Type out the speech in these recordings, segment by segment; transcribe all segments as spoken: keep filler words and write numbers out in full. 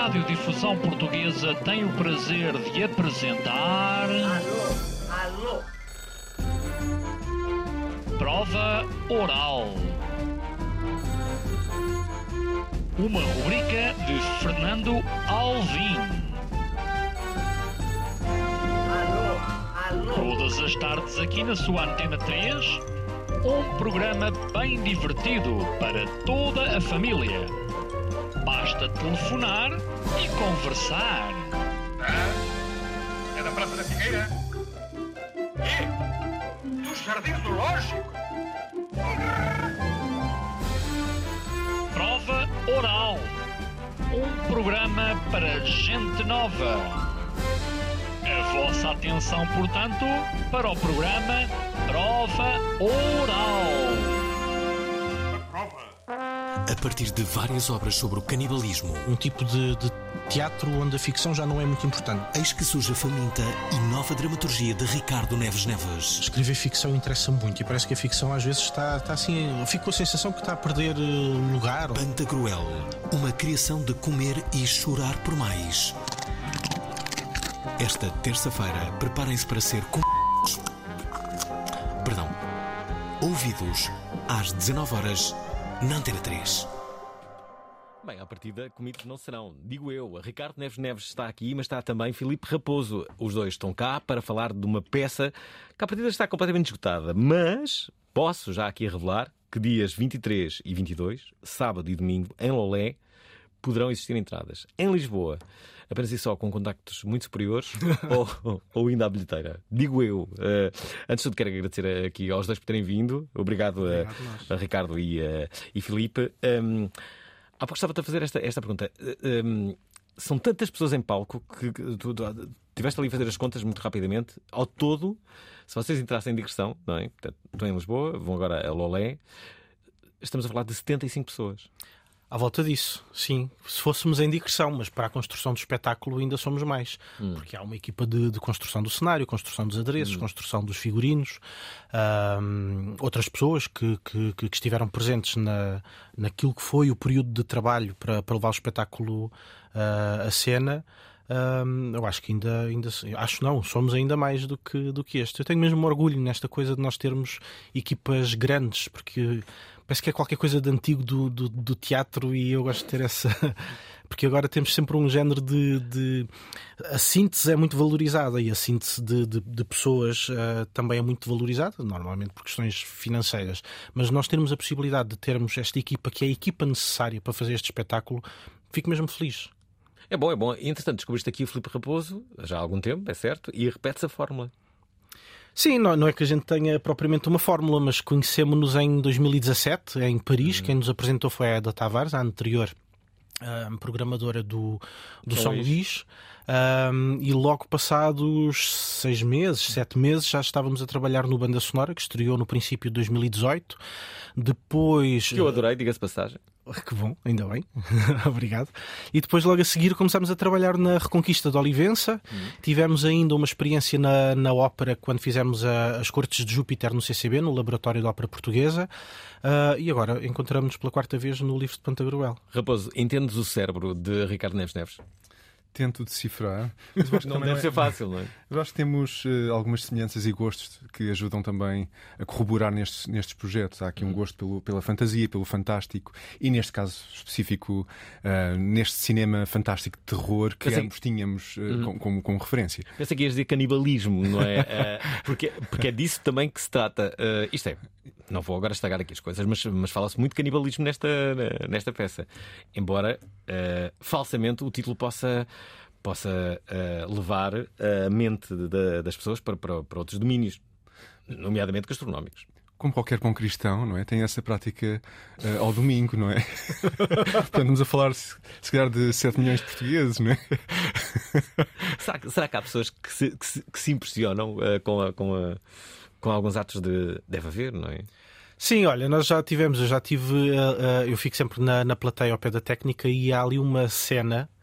Radiodifusão Portuguesa tem o prazer de apresentar... Alô, alô. Prova Oral. Uma rubrica de Fernando Alvim. Alô, alô. Todas as tardes aqui na sua Antena três, um programa bem divertido para toda a família. Basta telefonar e conversar. Ah, é da Praça da Figueira? E? Do Jardim Zoológico? Prova Oral. Um programa para gente nova. A vossa atenção, portanto, para o programa Prova Oral. A partir de várias obras sobre o canibalismo, um tipo de, de teatro onde a ficção já não é muito importante. eis que surge a faminta e nova dramaturgia de Ricardo Neves Neves. Escrever ficção interessa muito e parece que a ficção às vezes está, está assim... Eu fico com a sensação que está a perder uh, lugar. Pantagruel, uma criação de comer e chorar por mais. Esta terça-feira, preparem-se para ser com... Perdão. Ouvidos às dezanove horas na Antena três. Bem, à partida, comidos não serão. Digo eu, Ricardo Neves Neves está aqui, mas está também Filipe Raposo. Os dois estão cá para falar de uma peça que à partida está completamente esgotada. Mas posso já aqui revelar que dias vinte e três e vinte e dois, sábado e domingo, em Lolé, poderão existir entradas. Em Lisboa, apenas e só com contactos muito superiores ou, ou ainda à bilheteira. Digo eu. Uh, antes de tudo, quero agradecer aqui aos dois por terem vindo. Obrigado, a, a Ricardo e, uh, e Filipe. Um, há pouco estava-te a fazer esta, esta pergunta. Um, são tantas pessoas em palco que, que tu, tu tiveste ali a fazer as contas muito rapidamente. Ao todo, se vocês entrassem em digressão, não é? Portanto, estão em Lisboa, vão agora a Lolé. Estamos a falar de setenta e cinco pessoas. À volta disso, sim. Se fôssemos em digressão, mas para a construção do espetáculo ainda somos mais. Hum. Porque há uma equipa de, de construção do cenário, construção dos adereços, hum. construção dos figurinos, um, outras pessoas que, que, que estiveram presentes na, naquilo que foi o período de trabalho para, para levar o espetáculo uh, à cena. Um, eu acho que ainda, ainda acho não, somos ainda mais do que, do que este. Eu tenho mesmo orgulho nesta coisa de nós termos equipas grandes, porque parece que é qualquer coisa de antigo do, do, do teatro e eu gosto de ter essa... Porque agora temos sempre um género de... de... A síntese é muito valorizada e a síntese de, de, de pessoas uh, também é muito valorizada, normalmente por questões financeiras. Mas nós termos a possibilidade de termos esta equipa, que é a equipa necessária para fazer este espetáculo, fico mesmo feliz. É bom, é bom. E, entretanto, descobriste aqui o Filipe Raposo, já há algum tempo, é certo, e repete-se a fórmula. Sim, não, não é que a gente tenha propriamente uma fórmula, mas conhecemos-nos em dois mil e dezassete, em Paris. Hum. Quem nos apresentou foi a Eda Tavares, a anterior um, programadora do, do São, São Luís. Luís. Um, e logo passados seis meses, sete meses, já estávamos a trabalhar no Banda Sonora, que estreou no princípio de dois mil e dezoito. Depois... Que eu adorei, diga-se passagem. Que bom, ainda bem. Obrigado. E depois, logo a seguir, começámos a trabalhar na Reconquista de Olivença. Hum. Tivemos ainda uma experiência na, na ópera quando fizemos a, as Cortes de Júpiter no C C B, no Laboratório de Ópera Portuguesa. Uh, e agora encontramos-nos pela quarta vez no Livro de Pantagruel. Raposo, entendes o cérebro de Ricardo Neves Neves? Tento decifrar. Mas eu acho que não deve é... ser fácil, não é? Eu acho que temos uh, algumas semelhanças e gostos que ajudam também a corroborar nestes, nestes projetos. Há aqui um gosto pelo, pela fantasia, pelo fantástico e, neste caso específico, uh, neste cinema fantástico de terror que Pensei... ambos tínhamos uh, uhum. como, como, como referência. Pensei que ias dizer canibalismo, não é? uh, porque, porque é disso também que se trata. Uh, isto é, não vou agora estragar aqui as coisas, mas, mas fala-se muito de canibalismo nesta, nesta peça. Embora, uh, falsamente, o título possa... possa uh, levar a mente de, das pessoas para, para, para outros domínios, nomeadamente gastronómicos. Como qualquer bom cristão, não é? Tem essa prática uh, ao domingo, não é? Portanto, estamos a falar, se, se calhar, de sete milhões de portugueses, não é? será, que, será que há pessoas que se, que se, que se impressionam uh, com, a, com, a, com alguns atos de... Deve haver, não é? Sim, olha, nós já tivemos, eu já tive, uh, uh, eu fico sempre na, na plateia ao pé da técnica e há ali uma cena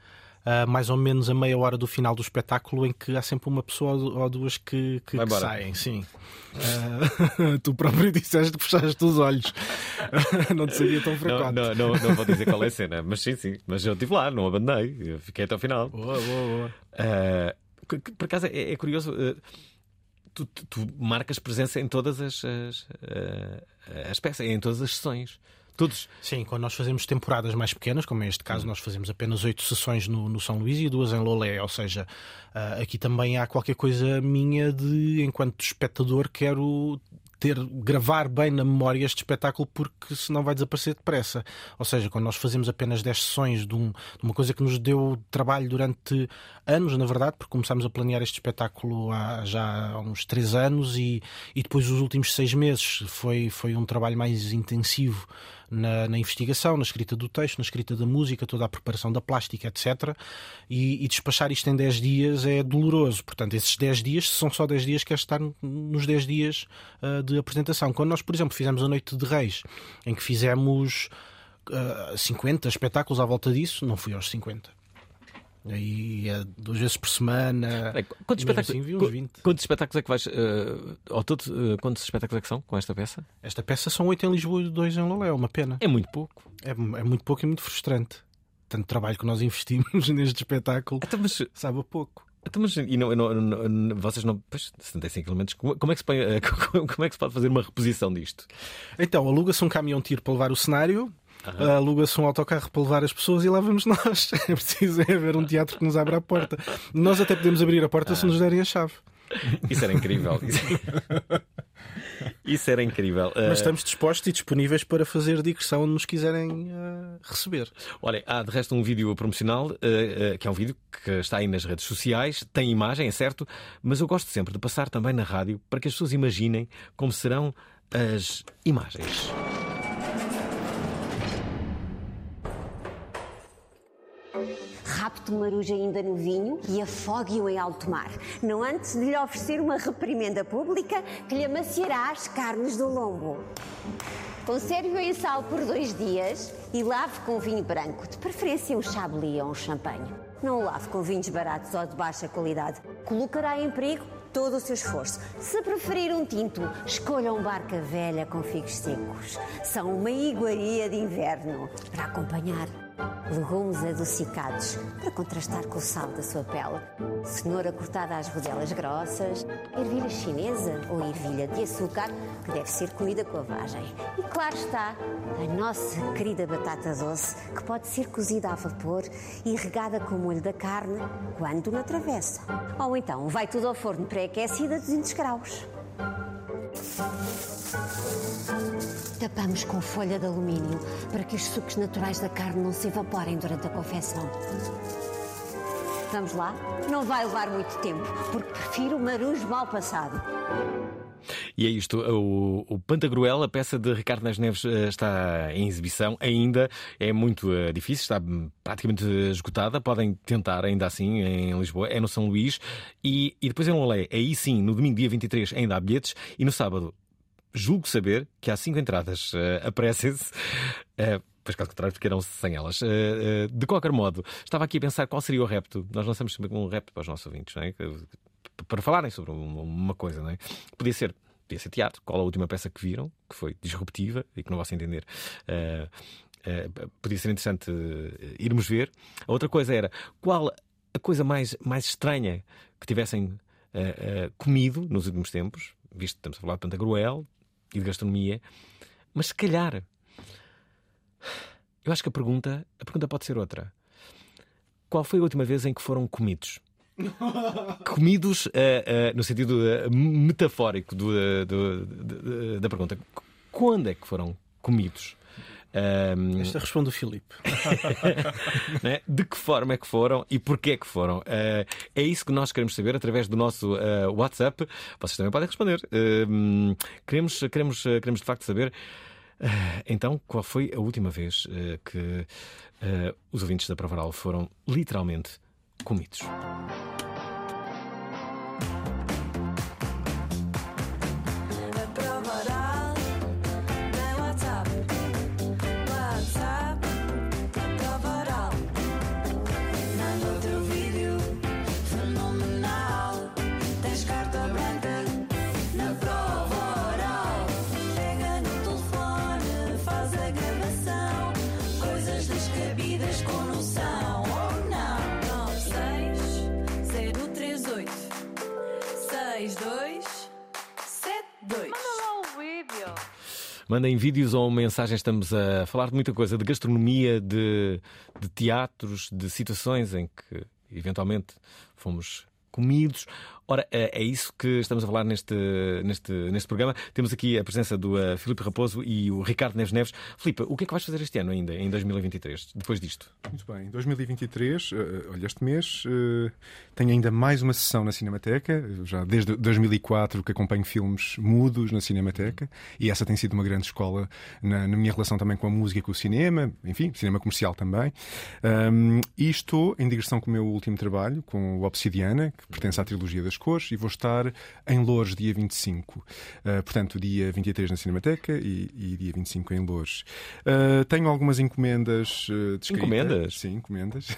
uh, mais ou menos a meia hora do final do espetáculo, em que há sempre uma pessoa ou duas que, que, que saem. Sim. Uh, tu próprio disseste que fechaste os olhos. Não te sabia tão frequente. Não, não, não, não vou dizer qual é a cena, mas sim, sim. Mas eu estive lá, não abandonei, eu fiquei até ao final. Boa, boa, boa. Uh, por acaso é, é curioso. Uh, Tu, tu, tu marcas presença em todas as, as, as peças, em todas as sessões. Todos. Sim, quando nós fazemos temporadas mais pequenas, como é este caso, nós fazemos apenas oito sessões no, no São Luís e duas em Lolé. Ou seja, uh, aqui também há qualquer coisa minha de, enquanto espectador, quero ter, gravar bem na memória este espetáculo, porque senão vai desaparecer depressa. Ou seja, quando nós fazemos apenas dez sessões de, um, de uma coisa que nos deu trabalho durante anos, na verdade, porque começámos a planear este espetáculo há já há uns três anos e, e depois os últimos seis meses foi, foi um trabalho mais intensivo na, na investigação, na escrita do texto, na escrita da música, toda a preparação da plástica, etcétera. E, e despachar isto em dez dias é doloroso. Portanto, esses dez dias, se são só dez dias, quer estar nos dez dias uh, de apresentação. Quando nós, por exemplo, fizemos a Noite de Reis, em que fizemos uh, cinquenta espetáculos à volta disso, não fui aos cinquenta. Aí é duas vezes por semana. É, quantos, espetáculos, assim, vi uns vinte. Quantos espetáculos é que vais. Uh, ao todo, uh, quantos espetáculos é que são com esta peça? Esta peça são oito em Lisboa e dois em Lolé, é uma pena. É muito pouco. É, é muito pouco e muito frustrante. Tanto trabalho que nós investimos neste espetáculo, então, mas, sabe a pouco. Então, mas, e não, não, não, vocês não. Pois, setenta e cinco elementos. Como, como, é que se põe, como é que se pode fazer uma reposição disto? Então, aluga-se um caminhão-tiro para levar o cenário. Uhum. Aluga-se um autocarro para levar as pessoas e lá vamos nós. É preciso é haver um teatro que nos abra a porta. Nós até podemos abrir a porta ah. se nos derem a chave. Isso era incrível. Isso era incrível. Mas estamos dispostos e disponíveis para fazer digressão onde nos quiserem uh, receber. Olha, há de resto um vídeo promocional, uh, uh, que é um vídeo que está aí nas redes sociais, tem imagem, é certo, mas eu gosto sempre de passar também na rádio para que as pessoas imaginem como serão as imagens. Rapte o marujo ainda no vinho e afogue-o em alto mar, não antes de lhe oferecer uma reprimenda pública que lhe amaciará as carnes do lombo. Conserve-o em sal por dois dias e lave com vinho branco, de preferência um chablis ou um champanhe. Não o lave com vinhos baratos ou de baixa qualidade. Colocará em perigo todo o seu esforço. Se preferir um tinto, escolha um barca velha com figos secos. São uma iguaria de inverno para acompanhar. Legumes adocicados para contrastar com o sal da sua pele. Cenoura cortada às rodelas grossas. Ervilha chinesa ou ervilha de açúcar, que deve ser comida com a vagem. E claro está, a nossa querida batata doce, que pode ser cozida a vapor e regada com o molho da carne quando na travessa. Ou então vai tudo ao forno pré-aquecido a duzentos graus. Tapamos com folha de alumínio para que os sucos naturais da carne não se evaporem durante a confecção. Vamos lá? Não vai levar muito tempo, porque prefiro o marujo mal passado. E é isto, o, o Pantagruel, a peça de Ricardo Neves Neves, está em exibição ainda, é muito uh, difícil, está praticamente esgotada, podem tentar ainda assim em Lisboa, é no São Luís, e, e depois em Lolé, aí sim, no domingo dia vinte e três ainda há bilhetes, e no sábado, julgo saber que há cinco entradas, uh, apressem-se, uh, pois caso contrário ficarão sem elas. Uh, uh, de qualquer modo, estava aqui a pensar qual seria o repto, nós lançamos sempre um repto para os nossos ouvintes, não é? Para falarem sobre uma coisa, não é? Podia ser, podia ser teatro. Qual a última peça que viram, que foi disruptiva e que, no vosso entender, uh, uh, podia ser interessante uh, irmos ver. A outra coisa era qual a coisa mais, mais estranha que tivessem uh, uh, comido nos últimos tempos, visto que estamos a falar de Pantagruel e de gastronomia, mas se calhar eu acho que a pergunta, a pergunta pode ser outra. Qual foi a última vez em que foram comidos? Comidos uh, uh, no sentido uh, metafórico do, uh, do, do, da pergunta. Quando é que foram comidos? Um... Esta responde o Filipe. Né? De que forma é que foram e porquê é que foram? Uh, é isso que nós queremos saber através do nosso uh, WhatsApp. Vocês também podem responder. Uh, queremos, queremos, queremos de facto saber uh, então qual foi a última vez uh, que uh, os ouvintes da Prova Oral foram literalmente comidos. Mandem vídeos ou mensagens. Estamos a falar de muita coisa, de gastronomia, de, de teatros, de situações em que eventualmente fomos comidos. Ora, é isso que estamos a falar neste, neste, neste programa. Temos aqui a presença do uh, Filipe Raposo e o Ricardo Neves Neves. Filipe, o que é que vais fazer este ano ainda, em dois mil e vinte e três, depois disto? Muito bem, em dois mil e vinte e três, uh, olha, este mês uh, tenho ainda mais uma sessão na Cinemateca. Eu já desde dois mil e quatro que acompanho filmes mudos na Cinemateca, e essa tem sido uma grande escola na, na minha relação também com a música e com o cinema, enfim, cinema comercial também. Um, e estou em digressão com o meu último trabalho, com o Obsidiana, que pertence à trilogia das Cores, e vou estar em Loures dia vinte e cinco. Uh, portanto, dia vinte e três na Cinemateca e, e dia vinte e cinco em Loures. Uh, tenho algumas encomendas uh, de escrita. Encomendas? Sim, encomendas.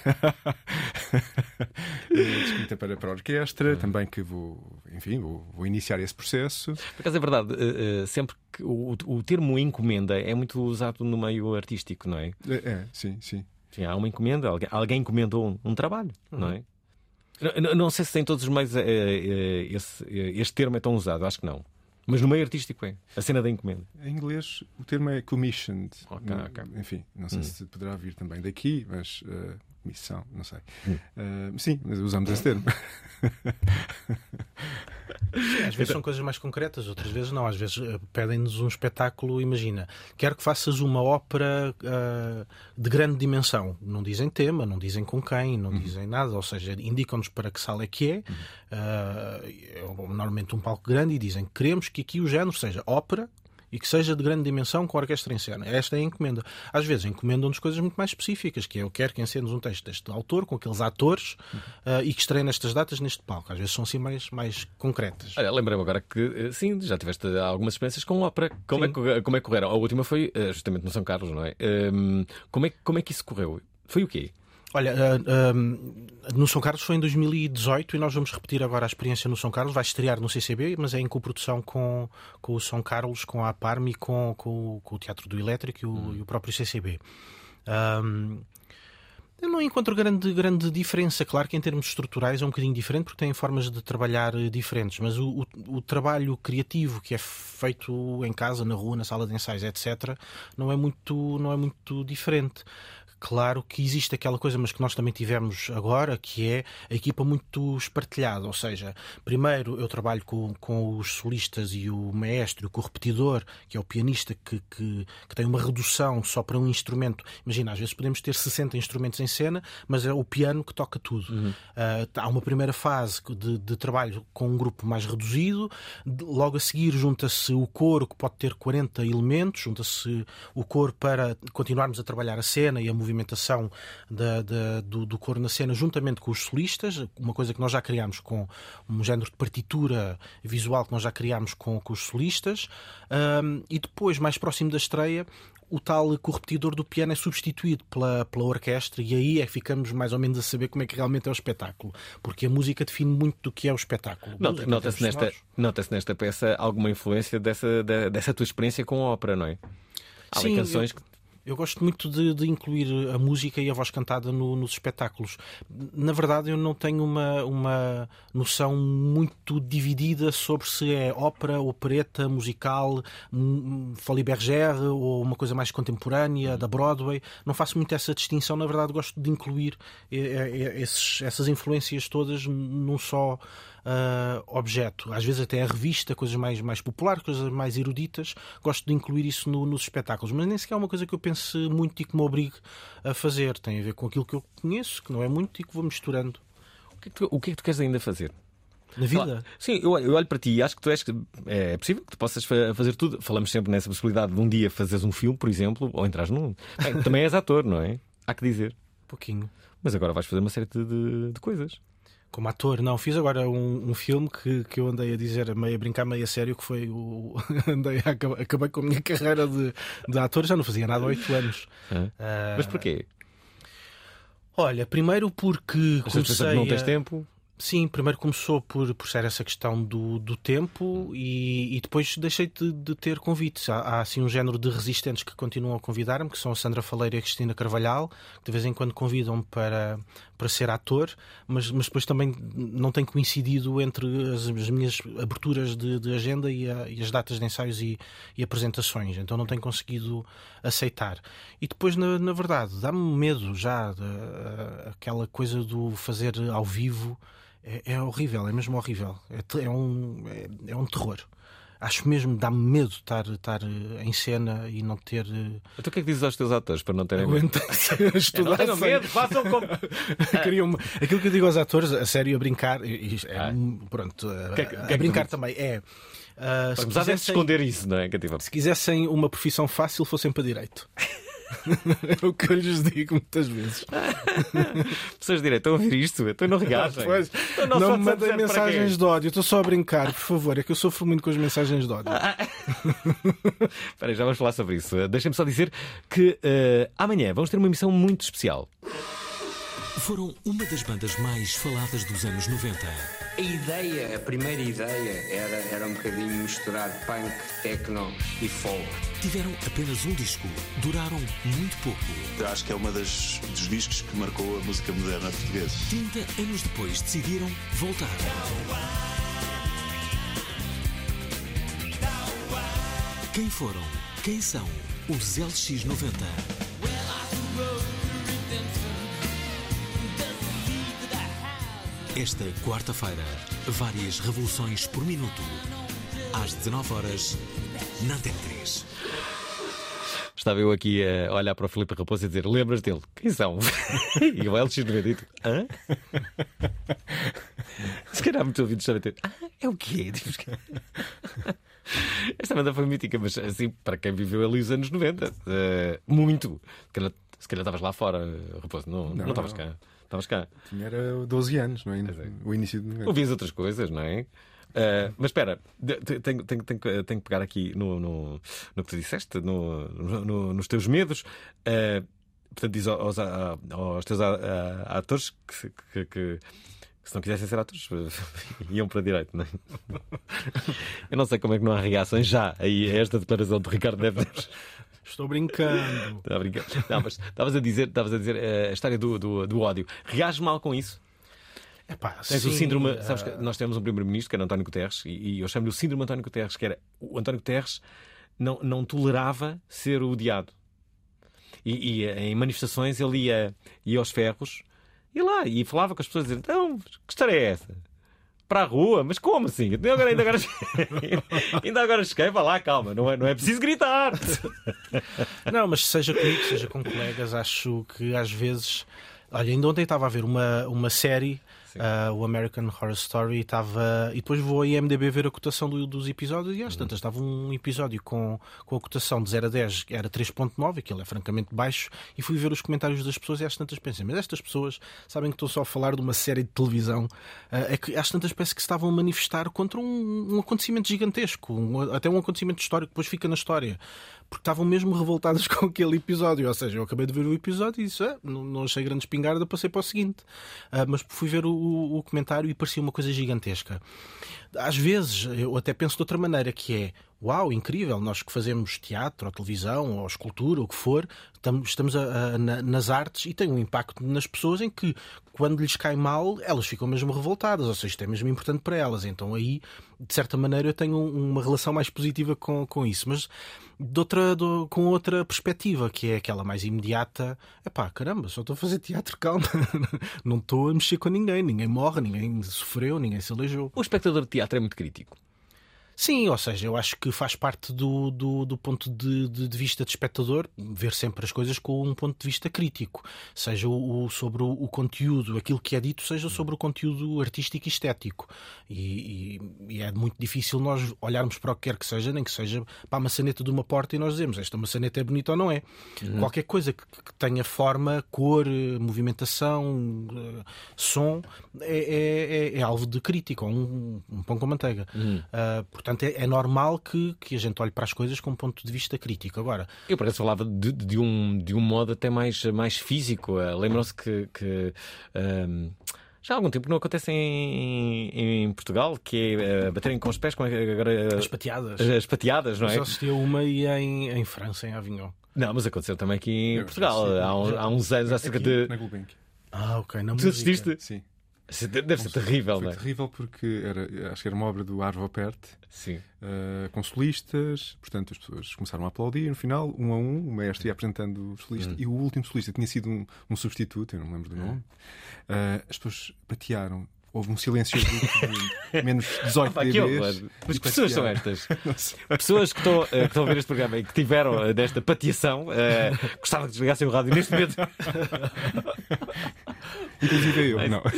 de escrita para, para a orquestra, uhum. também que vou, enfim, vou, vou iniciar esse processo. Por acaso é verdade, uh, uh, sempre que o, o termo encomenda é muito usado no meio artístico, não é? É, é sim, sim. Sim, há uma encomenda, alguém, alguém encomendou um, um trabalho, uhum. não é? Não, não sei se em todos os meios é, é, esse, este termo é tão usado, acho que não. Mas no meio artístico é. A cena da encomenda. Em inglês o termo é commissioned. Okay, okay. Enfim, não sei hum. se poderá vir também daqui, mas uh, missão, não sei. Hum. Uh, sim, mas usamos esse termo. Sim, às vezes são coisas mais concretas, outras vezes não. Às vezes uh, pedem-nos um espetáculo, imagina, quero que faças uma ópera uh, de grande dimensão. Não dizem tema, não dizem com quem, não uhum. dizem nada, ou seja, indicam-nos para que sala é que é. Uhum. Uh, é normalmente um palco grande e dizem que queremos que aqui o género seja ópera e que seja de grande dimensão com a orquestra em cena. Esta é a encomenda. Às vezes encomendam-nos coisas muito mais específicas, que é eu quero que encenes um texto deste autor, com aqueles atores, uhum. uh, e que estreiem nestas datas neste palco. Às vezes são assim mais, mais concretas. Olha, lembrei-me agora que, sim, já tiveste algumas experiências com ópera. Como, é que, como é que correram? A última foi uh, justamente no São Carlos, não é? Um, como é? Como é que isso correu? Foi o quê? Olha, uh, uh, no São Carlos foi em dois mil e dezoito e nós vamos repetir agora a experiência no São Carlos. Vai estrear no C C B, mas é em coprodução com, com o São Carlos, com a APARM e com, com, com o Teatro do Elétrico e o, hum. e o próprio C C B. Um, eu não encontro grande, grande diferença. Claro que em termos estruturais é um bocadinho diferente porque têm formas de trabalhar diferentes, mas o, o, o trabalho criativo que é feito em casa, na rua, na sala de ensaios, etcétera, não é muito, não é muito diferente. Claro que existe aquela coisa, mas que nós também tivemos agora, que é a equipa muito espartilhada. Ou seja, primeiro eu trabalho com, com os solistas e o maestro, com o repetidor, que é o pianista que, que, que tem uma redução só para um instrumento. Imagina, às vezes podemos ter sessenta instrumentos em cena, mas é o piano que toca tudo. Uhum. Uh, há uma primeira fase de, de trabalho com um grupo mais reduzido. Logo a seguir junta-se o coro, que pode ter quarenta elementos. Junta-se o coro para continuarmos a trabalhar a cena e a movimentação da, da, do, do coro na cena, juntamente com os solistas, uma coisa que nós já criámos com um género de partitura visual que nós já criámos com, com os solistas, um, e depois, mais próximo da estreia, o tal correpetidor do piano é substituído pela, pela orquestra, e aí é que ficamos mais ou menos a saber como é que realmente é o espetáculo, porque a música define muito do que é o espetáculo. Nota-se nesta, nota-se nesta peça alguma influência dessa, dessa tua experiência com a ópera, não é? Há Sim, canções eu... que... Eu gosto muito de, de incluir a música e a voz cantada no, nos espetáculos. Na verdade, eu não tenho uma, uma noção muito dividida sobre se é ópera, opereta, musical, folie bergère ou uma coisa mais contemporânea, da Broadway. Não faço muito essa distinção. Na verdade, gosto de incluir esses, essas influências todas num só Uh, objeto. Às vezes até a revista, coisas mais, mais populares, coisas mais eruditas. Gosto de incluir isso no, nos espetáculos, mas nem sequer é uma coisa que eu pense muito e que me obrigue a fazer. Tem a ver com aquilo que eu conheço, que não é muito, e que vou misturando. O que é que tu, o que é que tu queres ainda fazer? Na vida? Sim, eu, eu olho para ti e acho que tu és, é possível que tu possas fazer tudo. Falamos sempre nessa possibilidade de um dia fazeres um filme, por exemplo, ou entras num... Bem, também és ator, não é? Há que dizer. Pouquinho. Mas agora vais fazer uma série de, de, de coisas. Como ator, não. Fiz agora um, um filme que, que eu andei a dizer, meio a brincar, meio a sério, que foi o... andei a, acabei com a minha carreira de, de ator, já não fazia nada há oito anos. Ah. Uh... Mas porquê? Olha, primeiro porque Mas comecei que não tens a... tempo? Sim, primeiro começou por, por ser essa questão do, do tempo e, e depois deixei de, de ter convites. Há, há assim um género de resistentes que continuam a convidar-me, que são a Sandra Faleiro e a Cristina Carvalhal, que de vez em quando convidam-me para, para ser ator, mas, mas depois também não tem coincidido entre as, as minhas aberturas de, de agenda e, a, e as datas de ensaios e, e apresentações, então não tenho conseguido aceitar. E depois, na, na verdade, dá-me medo já de, uh, aquela coisa do fazer ao vivo. É, é horrível, é mesmo horrível. É, é, um, é, é um terror. Acho mesmo, dá-me medo de estar, estar em cena e não ter. Então o que é que dizes aos teus atores para não terem medo? Estudar. Não tenham medo, façam como. Uma... Aquilo que eu digo aos atores, a sério, a brincar, e, é, ah. pronto, a, que, que, a que brincar que também é. Uh, se quisessem esconder isso, não é? Se quisessem uma profissão fácil, fossem para direito. É o que eu lhes digo muitas vezes. Pessoas de direito, estão a ouvir isto? Estou no reagem. Então não não me mandem mensagens de ódio, estou só a brincar, por favor. É que eu sofro muito com as mensagens de ódio. Espera aí, já vamos falar sobre isso. Deixem-me só dizer que uh, amanhã vamos ter uma emissão muito especial. Foram uma das bandas mais faladas dos anos noventa. A ideia, a primeira ideia era, era um bocadinho misturar punk, techno e folk. Tiveram apenas um disco, duraram muito pouco. Eu acho que é uma das dos discos que marcou a música moderna portuguesa. trinta anos depois decidiram voltar. Quem foram? Quem são? Os L X noventa. Esta quarta-feira, várias revoluções por minuto. Às dezanove horas, na Antena três. Estava eu aqui a olhar para o Filipe Raposo e a dizer: lembras dele? Quem são? E o L X noventa dito: hã? Se calhar muito ouvido já ter: ah, é o quê? Esta banda foi mítica, mas assim, para quem viveu ali os anos noventa, uh, muito. Se calhar, se calhar estavas lá fora, Raposo, não, não, não estavas cá. Estavas cá. Tinha era doze anos, não é? O início de noventa. Ouvias outras coisas, não é? Uh, mas espera, tenho, tenho, tenho, tenho que pegar aqui no, no, no que tu disseste, no, no, nos teus medos. Uh, portanto, diz aos, aos teus atores que, que, que, que se não quisessem ser atores, iam para direito, não é? Eu não sei como é que não há reações já aí a esta declaração de Ricardo Neves. Estou brincando. Está a brincar. Não, mas estavas a dizer, estavas a dizer uh, a história do, do, do ódio. Reages mal com isso? Epá, Tens sim, o síndrome. uh... Sabes que nós temos um primeiro-ministro que era António Guterres, e, e eu chamo-lhe o síndrome António Guterres, que era o António Guterres não, não tolerava ser odiado. E, e em manifestações ele ia, ia aos ferros, ia lá e falava com as pessoas, dizendo: então, que história é essa? Para a rua? Mas como assim? Ainda agora, ainda agora, ainda agora cheguei, vá lá, calma, não é, não é preciso gritar. Não, mas seja comigo, seja com colegas, acho que às vezes. Olha, ainda ontem estava a ver uma, uma série, uh, o American Horror Story, estava... e depois vou a I M D B ver a cotação do, dos episódios e às tantas estava um episódio com, com a cotação de zero a dez, que era três ponto nove, aquilo é francamente baixo, e fui ver os comentários das pessoas e às tantas pensei: mas estas pessoas sabem que estou só a falar de uma série de televisão, uh, é que às tantas parece que se estavam a manifestar contra um, um acontecimento gigantesco, um, até um acontecimento histórico que depois fica na história. Porque estavam mesmo revoltados com aquele episódio. Ou seja, eu acabei de ver o episódio e disse: ah, não, não achei grande espingarda, passei para o seguinte. Uh, mas fui ver o, o, o comentário e parecia uma coisa gigantesca. Às vezes, eu até penso de outra maneira, que é: uau, incrível, nós que fazemos teatro, ou televisão, ou escultura, ou o que for, estamos a, a, na, nas artes, e tem um impacto nas pessoas em que, quando lhes cai mal, elas ficam mesmo revoltadas, ou seja, isto é mesmo importante para elas. Então aí, de certa maneira, eu tenho uma relação mais positiva com, com isso. Mas de outra, de, com outra perspectiva, que é aquela mais imediata: epá, caramba, só estou a fazer teatro, calma. Não estou a mexer com ninguém, ninguém morre, ninguém sofreu, ninguém se aleijou. O espectador de teatro é muito crítico. Sim, ou seja, eu acho que faz parte do, do, do ponto de, de, de vista de espectador ver sempre as coisas com um ponto de vista crítico, seja o, o, sobre o, o conteúdo, aquilo que é dito, seja sobre o conteúdo artístico e estético. E, e, e é muito difícil nós olharmos para o que quer que seja, nem que seja para a maçaneta de uma porta e nós dizemos: esta maçaneta é bonita ou não é. Uhum. Qualquer coisa que, que tenha forma, cor, movimentação, som, é, é, é alvo de crítica, um, um pão com manteiga. Uhum. Uh, portanto, Portanto, é, é normal que, que a gente olhe para as coisas com um ponto de vista crítico. Agora, eu parece que falava de, de, um, de um modo até mais, mais físico. Uh, Lembram-se que, que um, Já há algum tempo que não acontece em, em Portugal, que é uh, baterem com os pés, como é que agora. As pateadas. As pateadas, não é? Eu só assisti a uma e em, em França, em Avignon. Não, mas aconteceu também aqui em Eu, Portugal, sim, há, um, há uns anos, há cerca Aqui, de. na Gulbenkian. Ah, ok. Na Tu música. assististe? Sim. Deve ser terrível, Foi não é? terrível porque era, acho que era uma obra do Arvo Pärt, Sim. uh, com solistas, portanto as pessoas começaram a aplaudir. No final, um a um, o maestro ia apresentando o solista, Hum. e o último solista tinha sido um, um substituto, eu não me lembro do nome. Uh, as pessoas batearam. Houve um silêncio de menos dezoito Ah, pá, que horror. decibéis. Mas que pessoas são estas? Pessoas que estão, uh, que estão a ver este programa e que tiveram uh, desta pateação, uh, gostava que desligassem o rádio neste momento. Inclusive eu, não.